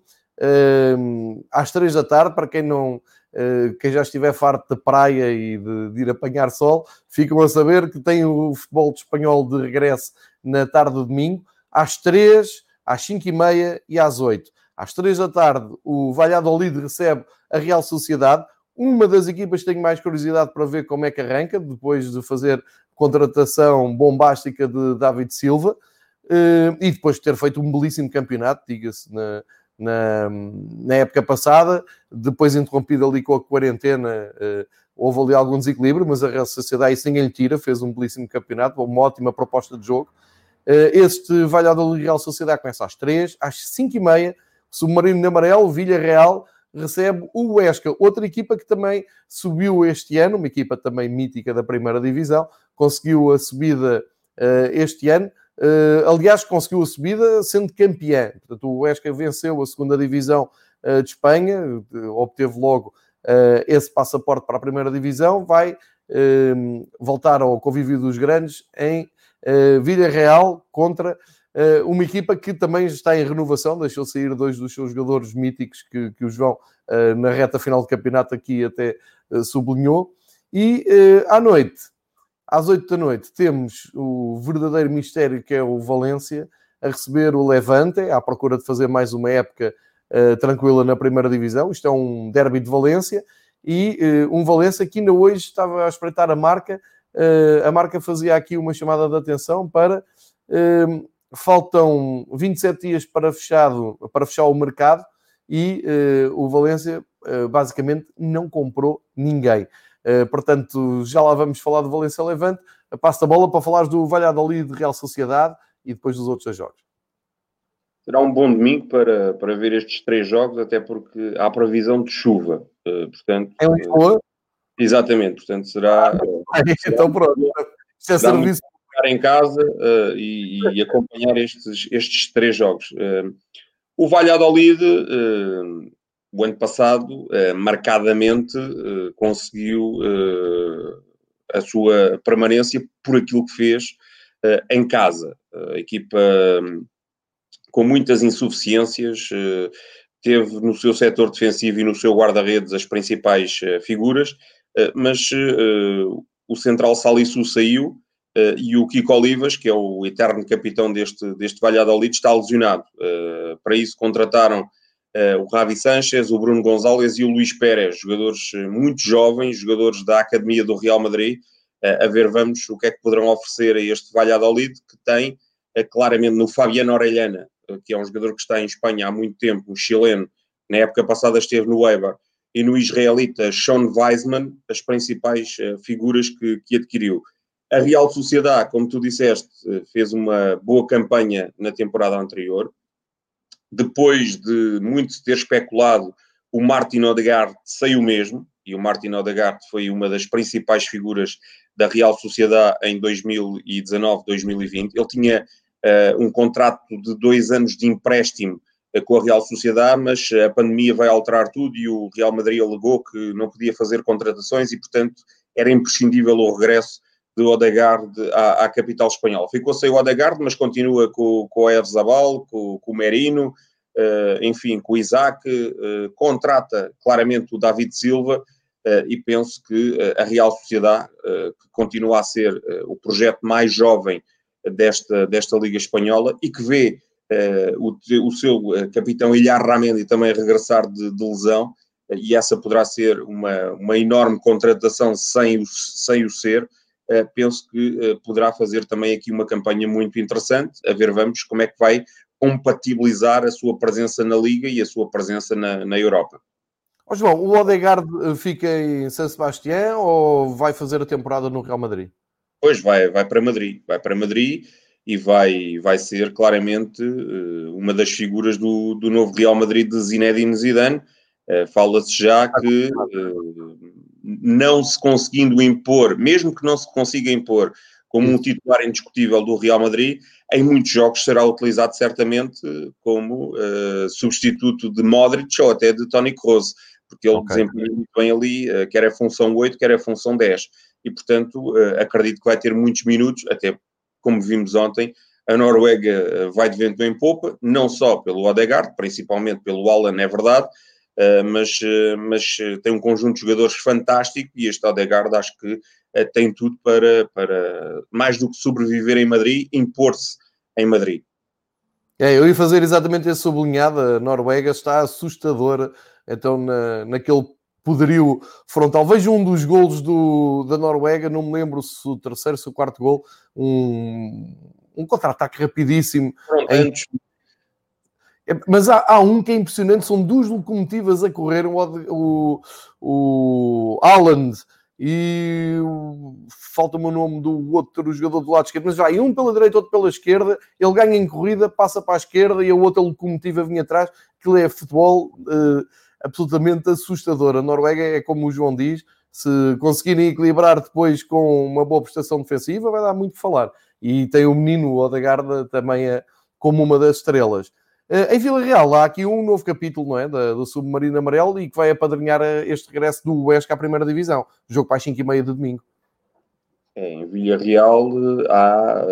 às 3 da tarde, para quem já estiver farto de praia e de ir apanhar sol, ficam a saber que tem o futebol espanhol de regresso na tarde de domingo, às 3, às 5h30 e às 8. Às 3 da tarde, o Valladolid recebe a Real Sociedade, uma das equipas que tenho mais curiosidade para ver como é que arranca, depois de fazer contratação bombástica de David Silva, e depois de ter feito um belíssimo campeonato, diga-se, na época passada, depois interrompido ali com a quarentena, houve ali algum desequilíbrio, mas a Real Sociedade isso ninguém lhe tira, fez um belíssimo campeonato, uma ótima proposta de jogo. Este Valladolid Real Sociedade começa às 3, às 5h30, Submarino de Amarelo, Villarreal, recebe o Huesca, outra equipa que também subiu este ano, uma equipa também mítica da 1ª Divisão, conseguiu a subida este ano. Aliás, conseguiu a subida sendo campeã. Portanto, o Huesca venceu a 2ª Divisão de Espanha, obteve logo esse passaporte para a 1ª Divisão, vai voltar ao convívio dos grandes em Villarreal contra uma equipa que também está em renovação, deixou sair 2 dos seus jogadores míticos que o João, na reta final do campeonato, aqui até sublinhou. E à noite, às 8 da noite, temos o verdadeiro mistério, que é o Valência, a receber o Levante, à procura de fazer mais uma época tranquila na 1ª Divisão. Isto é um derby de Valência, e um Valência que ainda hoje estava a espreitar a marca. A marca fazia aqui uma chamada de atenção para... faltam 27 dias para fechar o mercado, e o Valência basicamente não comprou ninguém. Portanto, já lá vamos falar do Valência Levante. Passo a bola para falar do Valladolid de Real Sociedade e depois dos outros 2 jogos. Será um bom domingo para ver estes 3 jogos, até porque há previsão de chuva. Portanto, em Lisboa? Exatamente, portanto será... Então pronto. Isto é serviço estar em casa e acompanhar estes 3 jogos. O Valladolid, o ano passado, marcadamente, conseguiu a sua permanência por aquilo que fez em casa. A equipa, com muitas insuficiências, teve no seu setor defensivo e no seu guarda-redes as principais figuras, mas o central Salisu saiu e o Kiko Olivas, que é o eterno capitão deste Valladolid, está lesionado. Para isso contrataram o Javi Sánchez, o Bruno Gonzalez e o Luís Pérez, jogadores muito jovens, jogadores da Academia do Real Madrid. A ver, vamos, o que é que poderão oferecer a este Valladolid, que tem claramente no Fabiano Orellana, que é um jogador que está em Espanha há muito tempo, um chileno, na época passada esteve no Eibar, e no israelita Sean Weizmann, as principais figuras que adquiriu. A Real Sociedade, como tu disseste, fez uma boa campanha na temporada anterior. Depois de muito se ter especulado, o Martin Odegaard saiu mesmo, e o Martin Odegaard foi uma das principais figuras da Real Sociedade em 2019-2020. Ele tinha um contrato de 2 anos de empréstimo com a Real Sociedade, mas a pandemia vai alterar tudo e o Real Madrid alegou que não podia fazer contratações e, portanto, era imprescindível o regresso de Odegaard à capital espanhola. Ficou sem o Odegaard, mas continua com o Oyarzabal, com o Merino, enfim, com o Isaac, contrata claramente o David Silva e penso que a Real Sociedade, que continua a ser o projeto mais jovem desta Liga Espanhola e que vê o seu capitão Ilhar Ramendi também regressar de lesão, e essa poderá ser uma enorme contratação sem o ser. Penso que poderá fazer também aqui uma campanha muito interessante. A ver, vamos como é que vai compatibilizar a sua presença na Liga e a sua presença na Europa. João, o Odegaard fica em San Sebastián ou vai fazer a temporada no Real Madrid? Pois, vai para Madrid. Vai para Madrid e vai ser claramente uma das figuras do novo Real Madrid de Zinedine Zidane. Fala-se já que não se conseguindo impor, mesmo que não se consiga impor como um titular indiscutível do Real Madrid, em muitos jogos será utilizado certamente como substituto de Modric ou até de Toni Kroos, porque ele desempenha muito bem ali, quer a função 8, quer a função 10. E, portanto, acredito que vai ter muitos minutos, até como vimos ontem, a Noruega vai de vento em popa, não só pelo Odegaard, principalmente pelo Haaland, é verdade, mas tem um conjunto de jogadores fantástico e este Odegaard acho que tem tudo para mais do que sobreviver em Madrid, impor-se em Madrid. Eu ia fazer exatamente esse sublinhado. A Noruega está assustadora, então naquele poderio frontal. Vejo um dos golos da Noruega, não me lembro se o terceiro, se o quarto gol, um contra-ataque rapidíssimo. Mas há um que é impressionante, são 2 locomotivas a correr, o Haaland e falta-me o nome do outro jogador do lado esquerdo, mas vai um pela direita, outro pela esquerda, ele ganha em corrida, passa para a esquerda e a outra locomotiva vinha atrás. Aquilo é futebol absolutamente assustador. A Noruega é como o João diz, se conseguirem equilibrar depois com uma boa prestação defensiva, vai dar muito que falar. E tem o menino Odegaard também como uma das estrelas. Em Vila Real há aqui um novo capítulo, não é? Do Submarino Amarelo e que vai apadrinhar este regresso do Huesca à primeira divisão. Jogo para as 5h30 de domingo. Em Vila Real há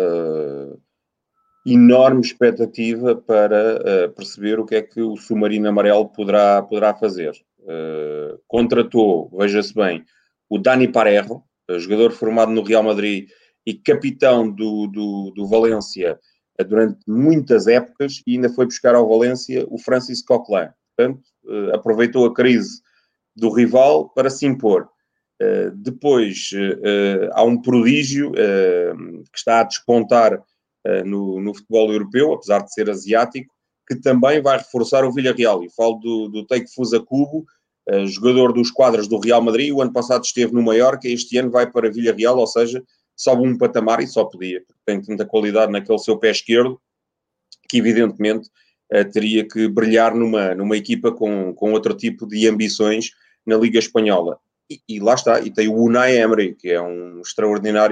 enorme expectativa para perceber o que é que o Submarino Amarelo poderá fazer. Contratou, veja-se bem, o Dani Parejo, jogador formado no Real Madrid e capitão do Valência durante muitas épocas, e ainda foi buscar ao Valência o Francis Coquelin. Portanto, aproveitou a crise do rival para se impor. Depois, há um prodígio que está a despontar no futebol europeu, apesar de ser asiático, que também vai reforçar o Villarreal. E falo do Takefusa Kubo, jogador dos quadros do Real Madrid. O ano passado esteve no Mallorca, este ano vai para Villarreal, ou seja, sobe um patamar e só podia, porque tem tanta qualidade naquele seu pé esquerdo, que evidentemente teria que brilhar numa equipa com outro tipo de ambições na Liga Espanhola. E lá está, e tem o Unai Emery, que é um extraordinário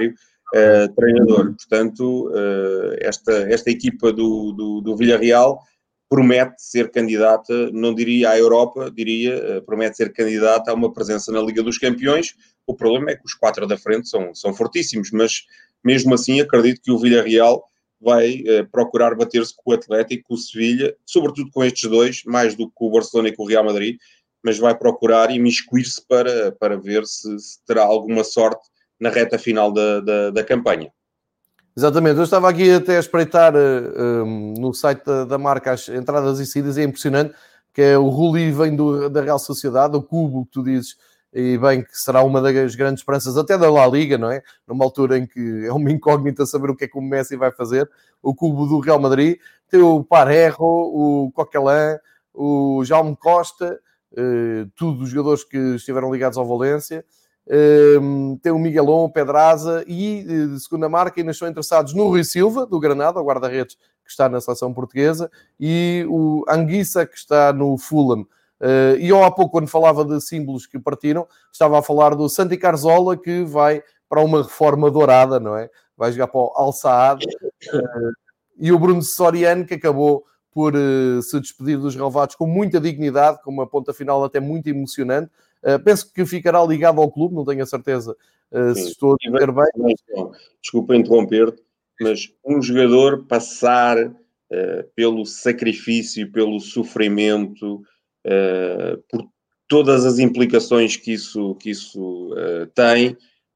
treinador. Portanto, esta equipa do Villarreal promete ser candidata, não diria à Europa, promete ser candidata a uma presença na Liga dos Campeões. O problema é que os 4 da frente são fortíssimos, mas mesmo assim acredito que o Villarreal vai procurar bater-se com o Atlético, com o Sevilha, sobretudo com estes dois, mais do que com o Barcelona e com o Real Madrid, mas vai procurar imiscuir-se para ver se terá alguma sorte na reta final da campanha. Exatamente, eu estava aqui até a espreitar no site da marca as entradas e saídas, é impressionante, que é o Rulli vem da Real Sociedade, o Cubo, que tu dizes, e bem, que será uma das grandes esperanças até da La Liga, não é? Numa altura em que é uma incógnita saber o que é que o Messi vai fazer. O Cubo do Real Madrid, tem o Parejo, o Coquelin, o Jaume Costa, todos os jogadores que estiveram ligados ao Valência. Tem o Miguelon, o Pedraza e, de segunda marca, ainda estão interessados no Rui Silva, do Granada, o guarda-redes que está na seleção portuguesa, e o Anguissa, que está no Fulham. E eu há pouco, quando falava de símbolos que partiram, estava a falar do Santi Cazorla, que vai para uma reforma dourada, não é? Vai jogar para o Al Saad. E o Bruno Soriano, que acabou por se despedir dos relevados com muita dignidade, com uma ponta final até muito emocionante. Penso que ficará ligado ao clube, não tenho a certeza se estou a dizer bem. Desculpa interromper-te, mas um jogador passar pelo sacrifício, pelo sofrimento, por todas as implicações que isso tem,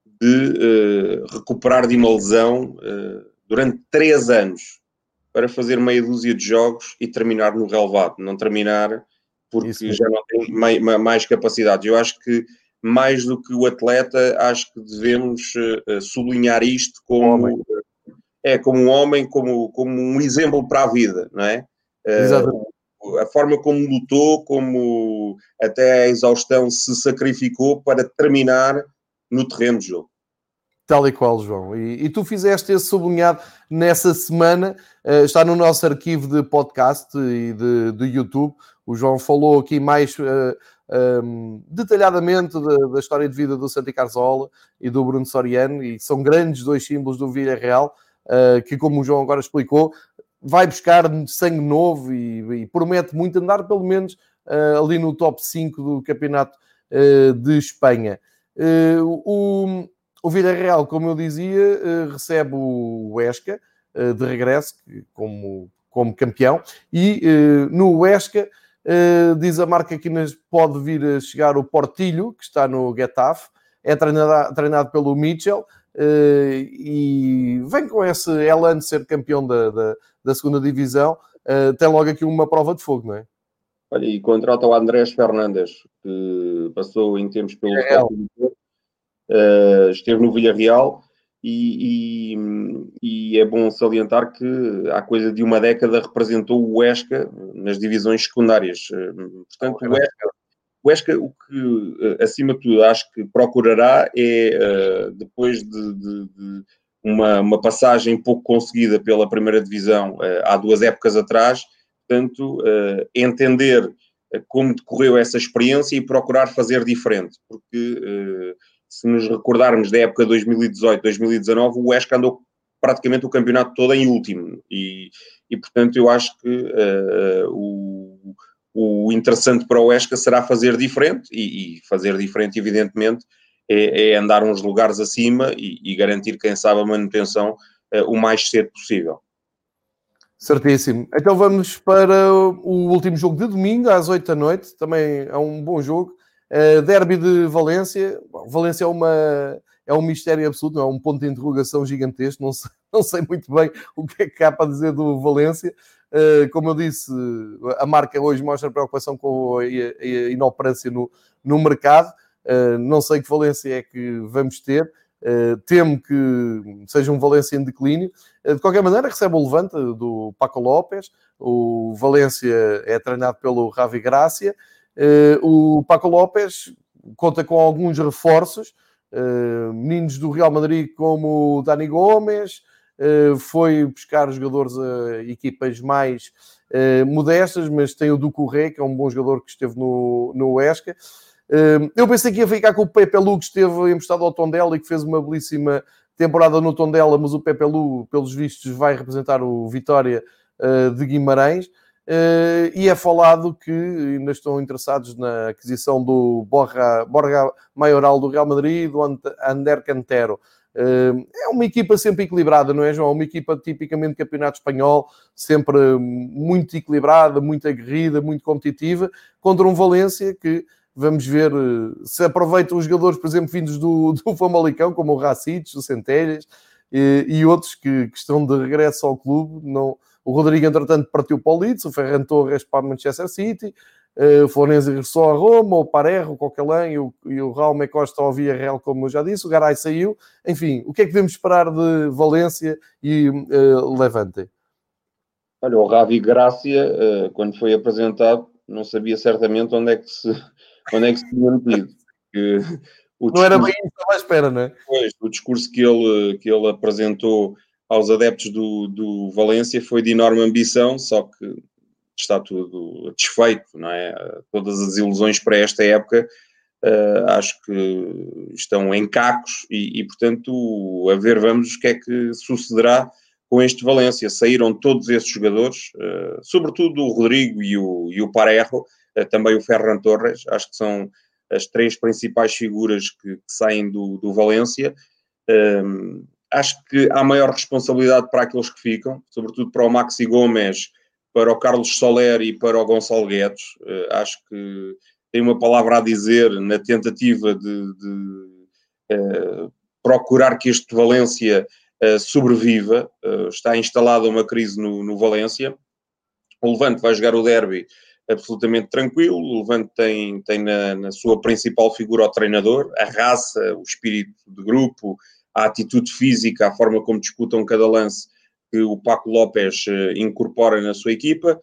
de recuperar de uma lesão durante 3 anos para fazer meia dúzia de jogos e terminar no relevado, não terminar porque já não tem mais capacidades. Eu acho que, mais do que o atleta, acho que devemos sublinhar isto como um homem, como um exemplo para a vida, não é? A forma como lutou, como até a exaustão se sacrificou para terminar no terreno de jogo. Tal e qual, João. E tu fizeste esse sublinhado nessa semana, está no nosso arquivo de podcast e de YouTube. O João falou aqui mais detalhadamente da história de vida do Santi Cazorla e do Bruno Soriano, e são grandes 2 símbolos do Villarreal, que, como o João agora explicou, vai buscar sangue novo e promete muito andar, pelo menos, ali no top 5 do Campeonato de Espanha. O Villarreal, como eu dizia, recebe o Huesca de regresso como campeão, e no Huesca diz a marca que pode vir a chegar o Portillo, que está no Getafe, é treinado pelo Mitchell, e vem com esse elan de ser campeão da segunda divisão. Tem logo aqui uma prova de fogo, não é? Olha, e contrata o Andrés Fernandes, que passou em tempos pelo esteve no Villarreal, e é bom salientar que há coisa de uma década representou o Huesca nas divisões secundárias. Portanto, o Huesca, o que acima de tudo acho que procurará é, depois de uma passagem pouco conseguida pela primeira divisão há 2 épocas atrás, portanto, entender como decorreu essa experiência e procurar fazer diferente, porque se nos recordarmos da época 2018-2019, o Huesca andou praticamente o campeonato todo em último, e portanto eu acho que o interessante para o Huesca será fazer diferente, e fazer diferente evidentemente é andar uns lugares acima e garantir, quem sabe, a manutenção o mais cedo possível. Certíssimo. Então vamos para o último jogo de domingo, às 8 da noite. Também é um bom jogo. Derby de Valência. Valência é um mistério absoluto, não é? Um ponto de interrogação gigantesco. Não sei muito bem o que é que há para dizer do Valência. Como eu disse, a marca hoje mostra preocupação com a inoperância no mercado. Não sei que Valência é que vamos ter. Temo que seja um Valência em declínio. De qualquer maneira, recebe o Levante do Paco López. O Valência é treinado pelo Javi Gracia. O Paco López conta com alguns reforços, meninos do Real Madrid como o Dani Gomes, foi buscar jogadores a equipas mais modestas, mas tem o Ducouré, que é um bom jogador que esteve no Huesca. Eu pensei que ia ficar com o Pepe Lu, que esteve emprestado ao Tondela e que fez uma belíssima temporada no Tondela, mas o Pepe Lu, pelos vistos, vai representar o Vitória de Guimarães. E é falado que ainda estão interessados na aquisição do Borja Maioral do Real Madrid e do Ander Cantero. É uma equipa sempre equilibrada, não é, João? Uma equipa tipicamente de campeonato espanhol, sempre muito equilibrada, muito aguerrida, muito competitiva, contra um Valência que vamos ver se aproveita os jogadores, por exemplo, vindos do Famalicão, como o Racites, o Centelhas e outros que estão de regresso ao clube. Não, o Rodrigo, entretanto, partiu para o Leeds, o Ferran Torres para o Manchester City, o Florenzi regressou a Roma, o Parejo, o Coquelin e o Raume Costa ao Villarreal, como eu já disse, o Garay saiu. Enfim, o que é que devemos esperar de Valência e Levante? Olha, o Ravi Gracia, quando foi apresentado, não sabia certamente onde é que se tinha metido. Não era bem isso que estava à espera, não é? Pois, o discurso que ele apresentou aos adeptos do Valência foi de enorme ambição, só que está tudo desfeito, não é? Todas as ilusões para esta época acho que estão em cacos e, portanto, a ver vamos o que é que sucederá com este Valência. Saíram todos esses jogadores, sobretudo o Rodrigo e o Parejo, também o Ferran Torres, acho que são as três principais figuras que saem do Valência. Acho que há maior responsabilidade para aqueles que ficam, sobretudo para o Maxi Gomes, para o Carlos Soler e para o Gonçalo Guedes. Acho que tem uma palavra a dizer na tentativa de procurar que este Valência sobreviva. Está instalada uma crise no Valência. O Levante vai jogar o derby absolutamente tranquilo. O Levante tem na sua principal figura o treinador, a raça, o espírito de grupo, a atitude física, a forma como disputam cada lance, que o Paco López incorpora na sua equipa.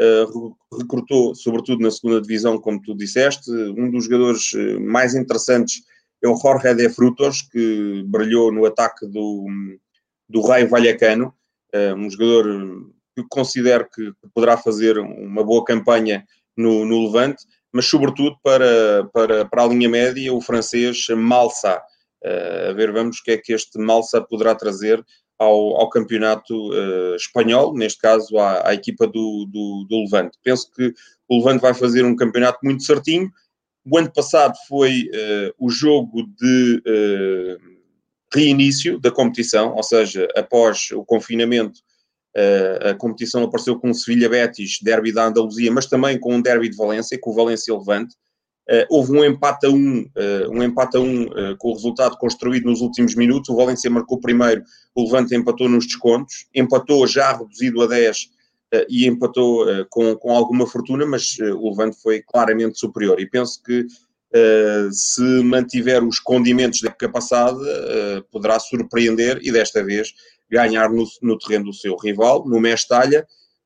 Recrutou, sobretudo na segunda divisão, como tu disseste. Um dos jogadores mais interessantes é o Jorge de Frutos, que brilhou no ataque do Raio Vallecano, um jogador que considero que poderá fazer uma boa campanha no Levante, mas sobretudo para a linha média, o francês Malsa. A ver, vamos o que é que este Malsa poderá trazer ao campeonato espanhol, neste caso à equipa do Levante. Penso que o Levante vai fazer um campeonato muito certinho. O ano passado foi o jogo de reinício da competição, ou seja, após o confinamento, a competição apareceu com o Sevilha-Betis, derby da Andaluzia, mas também com um derby de Valência, com o Valência-Levante. Houve um empate a um com o resultado construído nos últimos minutos. O Valência marcou primeiro, o Levante empatou nos descontos, empatou já reduzido a 10 e empatou com alguma fortuna, mas o Levante foi claramente superior. E penso que se mantiver os condimentos da época passada, poderá surpreender e desta vez ganhar no terreno do seu rival, no Mestalla,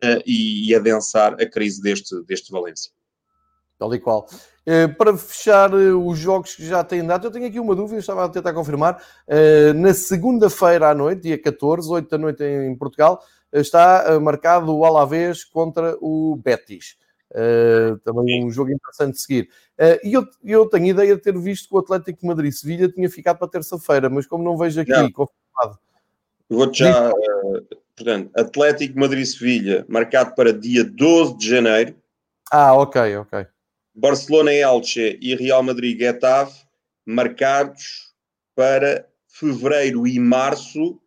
e adensar a crise deste Valência. Tal e qual. Para fechar os jogos que já têm data, eu tenho aqui uma dúvida, estava a tentar confirmar. Na segunda-feira à noite, dia 14, 8 da noite em Portugal, está marcado o Alavés contra o Betis. Também um jogo interessante de seguir. E eu tenho ideia de ter visto que o Atlético de Madrid-Sevilha tinha ficado para terça-feira, mas como não vejo aqui confirmado. Vou-te já... portanto, Atlético Madrid-Sevilha, marcado para dia 12 de janeiro. Ok. Barcelona-Elche e Real Madrid-Getafe, marcados para fevereiro e março,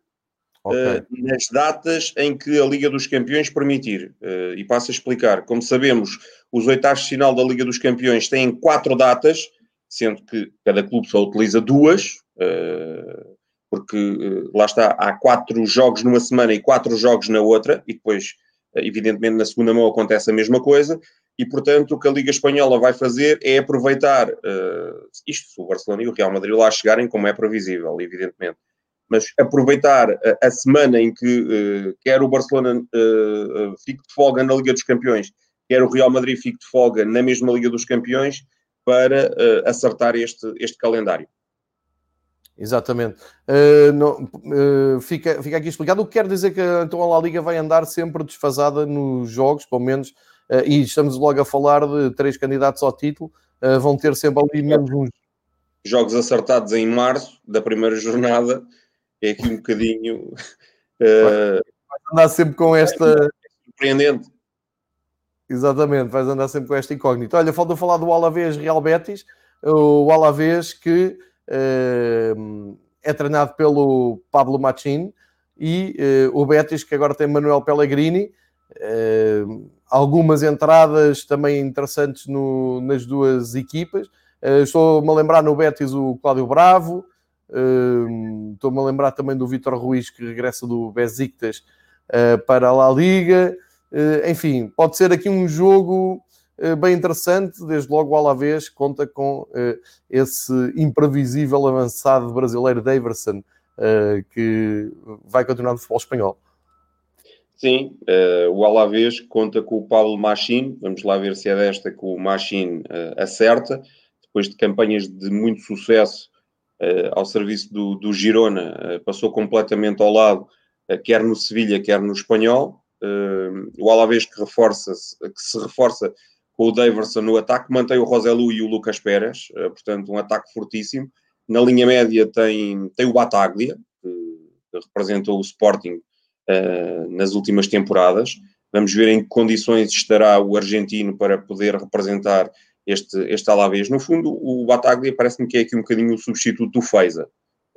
nas datas em que a Liga dos Campeões permitir. E passo a explicar. Como sabemos, os oitavos de final da Liga dos Campeões têm 4 datas, sendo que cada clube só utiliza 2, porque lá está, há 4 jogos numa semana e 4 jogos na outra, e depois, evidentemente, na segunda mão acontece a mesma coisa. E, portanto, o que a Liga Espanhola vai fazer é aproveitar isto, se o Barcelona e o Real Madrid lá chegarem, como é previsível, evidentemente. Mas aproveitar a semana em que quer o Barcelona fique de folga na Liga dos Campeões, quer o Real Madrid fique de folga na mesma Liga dos Campeões, para acertar este calendário. Exatamente. Fica aqui explicado. O que quer dizer que então a La Liga vai andar sempre desfasada nos jogos, pelo menos, e estamos logo a falar de 3 candidatos ao título, vão ter sempre ali menos uns jogos acertados em março da primeira jornada é aqui um bocadinho Andar sempre com esta... surpreendente. Exatamente, vais andar sempre com esta incógnita. Olha, falta falar do Alavés Real Betis, o Alavés que é treinado pelo Pablo Machin e o Betis que agora tem Manuel Pellegrini. Algumas entradas também interessantes nas duas equipas. Estou-me a lembrar no Betis o Cláudio Bravo, estou-me a lembrar também do Vítor Ruiz que regressa do Besiktas para a La Liga. Enfim, pode ser aqui um jogo bem interessante. Desde logo o Alavés conta com esse imprevisível avançado brasileiro Daverson, que vai continuar no futebol espanhol. Sim, o Alavés conta com o Pablo Machin. Vamos lá ver se é desta que o Machin acerta. Depois de campanhas de muito sucesso ao serviço do Girona, passou completamente ao lado, quer no Sevilha, quer no Espanhol. O Alavés que se reforça com o Daverson no ataque, mantém o Roselu e o Lucas Pérez, portanto um ataque fortíssimo. Na linha média tem o Bataglia, que representou o Sporting nas últimas temporadas. Vamos ver em que condições estará o argentino para poder representar este Alavés. No fundo, o Bataglia parece-me que é aqui um bocadinho o substituto do Feiza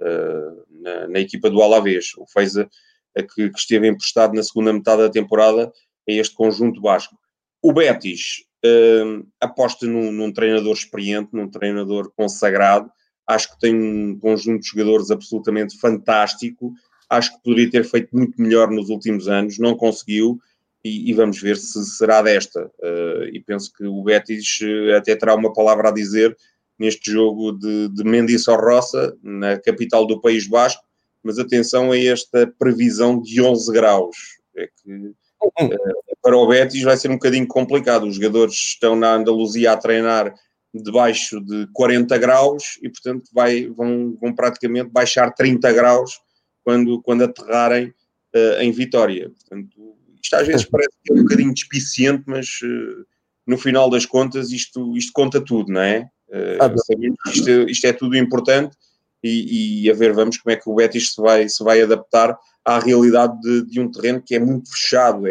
na equipa do Alavés. O Feiza que esteve emprestado na segunda metade da temporada a este conjunto basco. O Betis aposta num treinador experiente, num treinador consagrado. Acho que tem um conjunto de jogadores absolutamente fantástico. Acho que poderia ter feito muito melhor nos últimos anos, não conseguiu, e vamos ver se será desta. E penso que o Betis até terá uma palavra a dizer neste jogo de Mendizorroça, na capital do País Basco, mas atenção a esta previsão de 11 graus. É que para o Betis vai ser um bocadinho complicado. Os jogadores estão na Andaluzia a treinar debaixo de 40 graus e, portanto, vão praticamente baixar 30 graus quando aterrarem em Vitória. Portanto, isto às vezes parece que é um bocadinho despiciente, mas no final das contas isto conta tudo, não é? Sabemos que isto é tudo importante e a ver, vamos como é que o Betis se vai adaptar à realidade de um terreno que é muito fechado,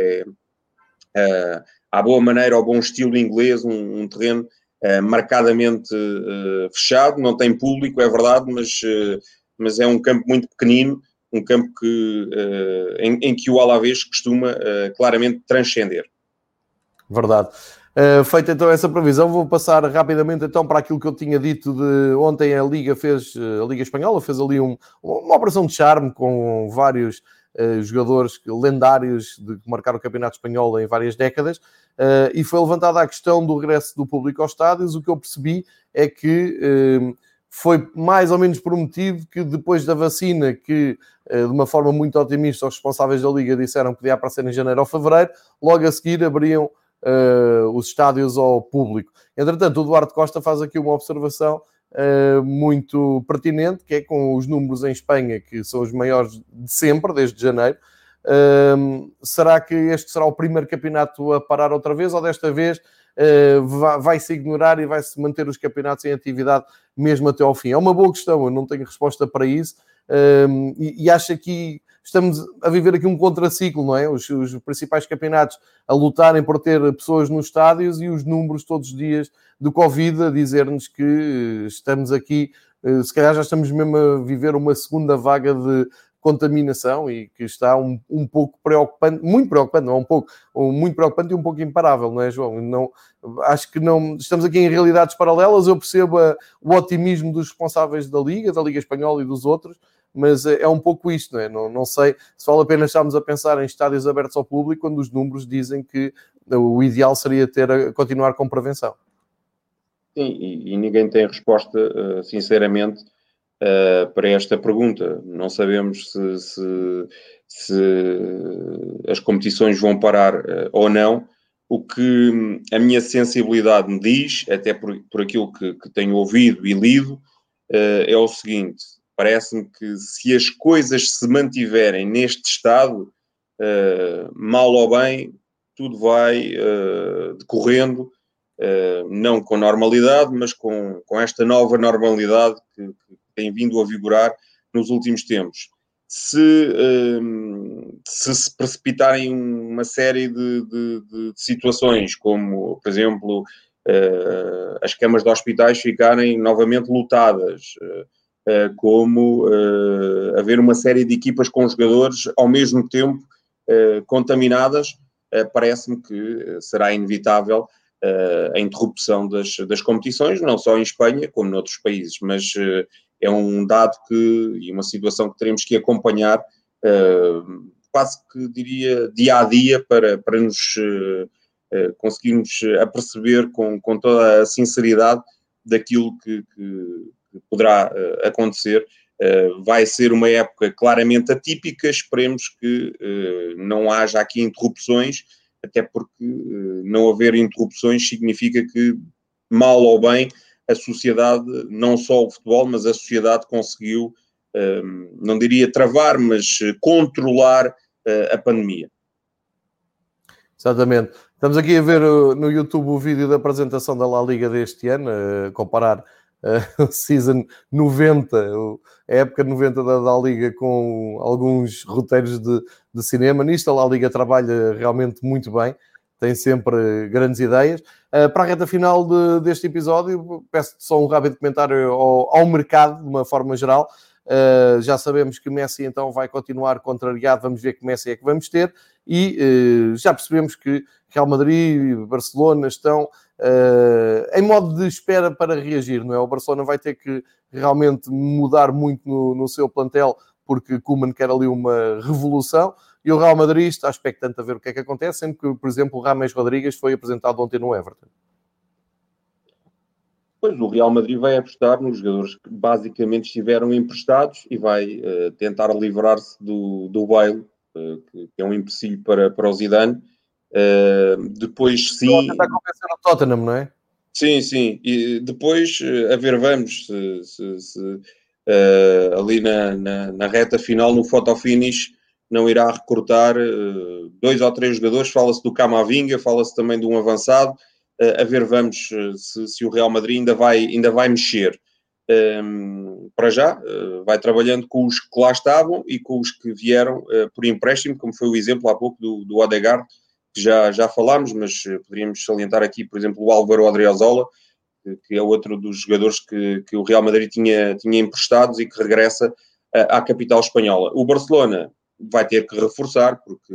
à boa maneira, ao bom estilo inglês, um terreno marcadamente fechado, não tem público, é verdade, mas é um campo muito pequenino, um campo em que o Alavés costuma claramente transcender. Verdade. Feita então essa previsão, vou passar rapidamente então para aquilo que eu tinha dito de ontem. A Liga Espanhola fez ali uma operação de charme com vários jogadores lendários que marcaram o Campeonato Espanhol em várias décadas, e foi levantada a questão do regresso do público aos estádios. O que eu percebi é que foi mais ou menos prometido que depois da vacina, que de uma forma muito otimista os responsáveis da Liga disseram que podia aparecer em janeiro ou fevereiro, logo a seguir abriam os estádios ao público. Entretanto, o Duarte Costa faz aqui uma observação muito pertinente, que é com os números em Espanha, que são os maiores de sempre, desde janeiro. Será que este será o primeiro campeonato a parar outra vez, ou desta vez vai-se ignorar e vai-se manter os campeonatos em atividade mesmo até ao fim? É uma boa questão, eu não tenho resposta para isso, e acho que estamos a viver aqui um contraciclo, não é? Os principais campeonatos a lutarem por ter pessoas nos estádios e os números todos os dias do Covid a dizer-nos que estamos aqui, se calhar já estamos mesmo a viver uma segunda vaga de contaminação e que está um pouco preocupante, muito preocupante, não é um pouco, muito preocupante e um pouco imparável, não é, João? Não, acho que não estamos aqui em realidades paralelas. Eu percebo o otimismo dos responsáveis da Liga Espanhola e dos outros, mas é um pouco isto, não é? Não sei se vale a pena estarmos a pensar em estádios abertos ao público quando os números dizem que o ideal seria continuar com prevenção. Sim, e ninguém tem resposta, sinceramente, para esta pergunta. Não sabemos se as competições vão parar ou não. O que a minha sensibilidade me diz, até por aquilo que tenho ouvido e lido, é o seguinte: parece-me que se as coisas se mantiverem neste estado, mal ou bem, tudo vai decorrendo, não com normalidade, mas com esta nova normalidade que tem vindo a vigorar nos últimos tempos. se precipitarem uma série de situações, como, por exemplo, as camas de hospitais ficarem novamente lotadas, como haver uma série de equipas com jogadores ao mesmo tempo contaminadas, parece-me que será inevitável a interrupção das competições, não só em Espanha, como noutros países, mas é um dado e uma situação que teremos que acompanhar quase que diria dia a dia para nos conseguirmos aperceber com toda a sinceridade daquilo que poderá acontecer. Vai ser uma época claramente atípica, esperemos que não haja aqui interrupções, até porque não haver interrupções significa que, mal ou bem, a sociedade, não só o futebol, mas a sociedade conseguiu, não diria travar, mas controlar a pandemia. Exatamente. Estamos aqui a ver no YouTube o vídeo da apresentação da La Liga deste ano, comparar a Season 90, a época 90 da Liga com alguns roteiros de cinema. Nisto a La Liga trabalha realmente muito bem, tem sempre grandes ideias. Para a reta final deste episódio, peço-te só um rápido comentário ao mercado, de uma forma geral. Já sabemos que Messi então vai continuar contrariado, vamos ver que Messi é que vamos ter, e já percebemos que Real Madrid e Barcelona estão em modo de espera para reagir, não é? O Barcelona vai ter que realmente mudar muito no seu plantel, porque Koeman quer ali uma revolução, e o Real Madrid está expectante a ver o que é que acontece, sendo que, por exemplo, o James Rodrigues foi apresentado ontem no Everton. Pois, o Real Madrid vai apostar nos jogadores que basicamente estiveram emprestados e vai tentar livrar-se do Bale, que é um empecilho para o Zidane. Depois, sim... Está a convencer o Tottenham, não é? Sim, sim. E depois, a ver, vamos, se ali na reta final, no photo finish, não irá recrutar 2 ou 3 jogadores. Fala-se do Camavinga, fala-se também de um avançado. A ver, vamos, se o Real Madrid ainda vai mexer. Para já, vai trabalhando com os que lá estavam e com os que vieram por empréstimo, como foi o exemplo há pouco do Odegaard, que já falámos, mas poderíamos salientar aqui, por exemplo, o Álvaro Odriozola, que é outro dos jogadores que o Real Madrid tinha emprestados e que regressa à capital espanhola. O Barcelona vai ter que reforçar, porque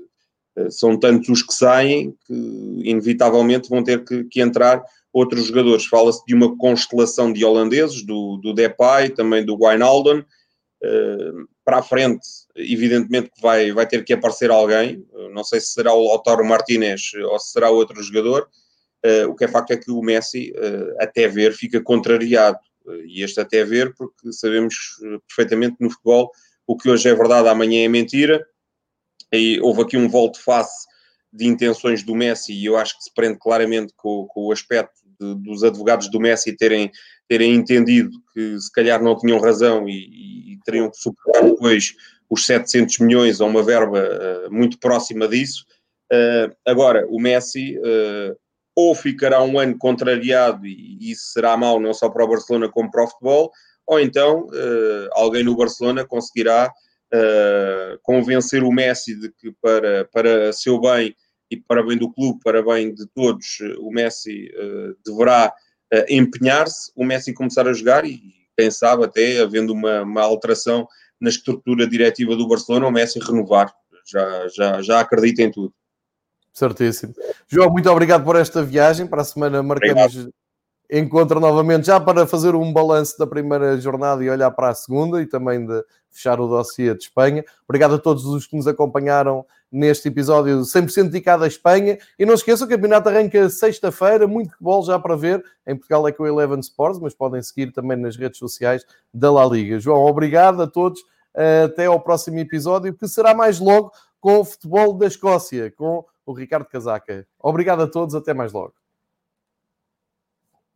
são tantos os que saem que inevitavelmente vão ter que entrar outros jogadores. Fala-se de uma constelação de holandeses, do Depay, também do Wijnaldum. Para a frente, evidentemente que vai ter que aparecer alguém. Não sei se será o Lautaro Martínez ou se será outro jogador. O que é facto é que o Messi, até ver, fica contrariado. E este até ver, porque sabemos perfeitamente no futebol o que hoje é verdade, amanhã é mentira. E houve aqui um volte-face de intenções do Messi, e eu acho que se prende claramente com o aspecto dos advogados do Messi terem entendido que se calhar não tinham razão e teriam que suportar depois os 700 milhões a uma verba muito próxima disso. Agora, o Messi ou ficará um ano contrariado, e isso será mau não só para o Barcelona como para o futebol, ou então alguém no Barcelona conseguirá convencer o Messi de que para seu bem e para bem do clube, para bem de todos, o Messi deverá empenhar-se, o Messi começar a jogar e, quem sabe, até havendo uma alteração na estrutura diretiva do Barcelona, o Messi renovar. Já acredita em tudo. Certíssimo. João, muito obrigado por esta viagem. Para a semana marcamos encontro novamente, já para fazer um balanço da primeira jornada e olhar para a segunda, e também de fechar o dossiê de Espanha. Obrigado a todos os que nos acompanharam neste episódio 100% dedicado à Espanha. E não se esqueçam, o campeonato arranca sexta-feira, muito futebol já para ver. Em Portugal é com o Eleven Sports, mas podem seguir também nas redes sociais da La Liga. João, obrigado a todos. Até ao próximo episódio, que será mais logo com o futebol da Escócia, com o Ricardo Casaca. Obrigado a todos, até mais logo.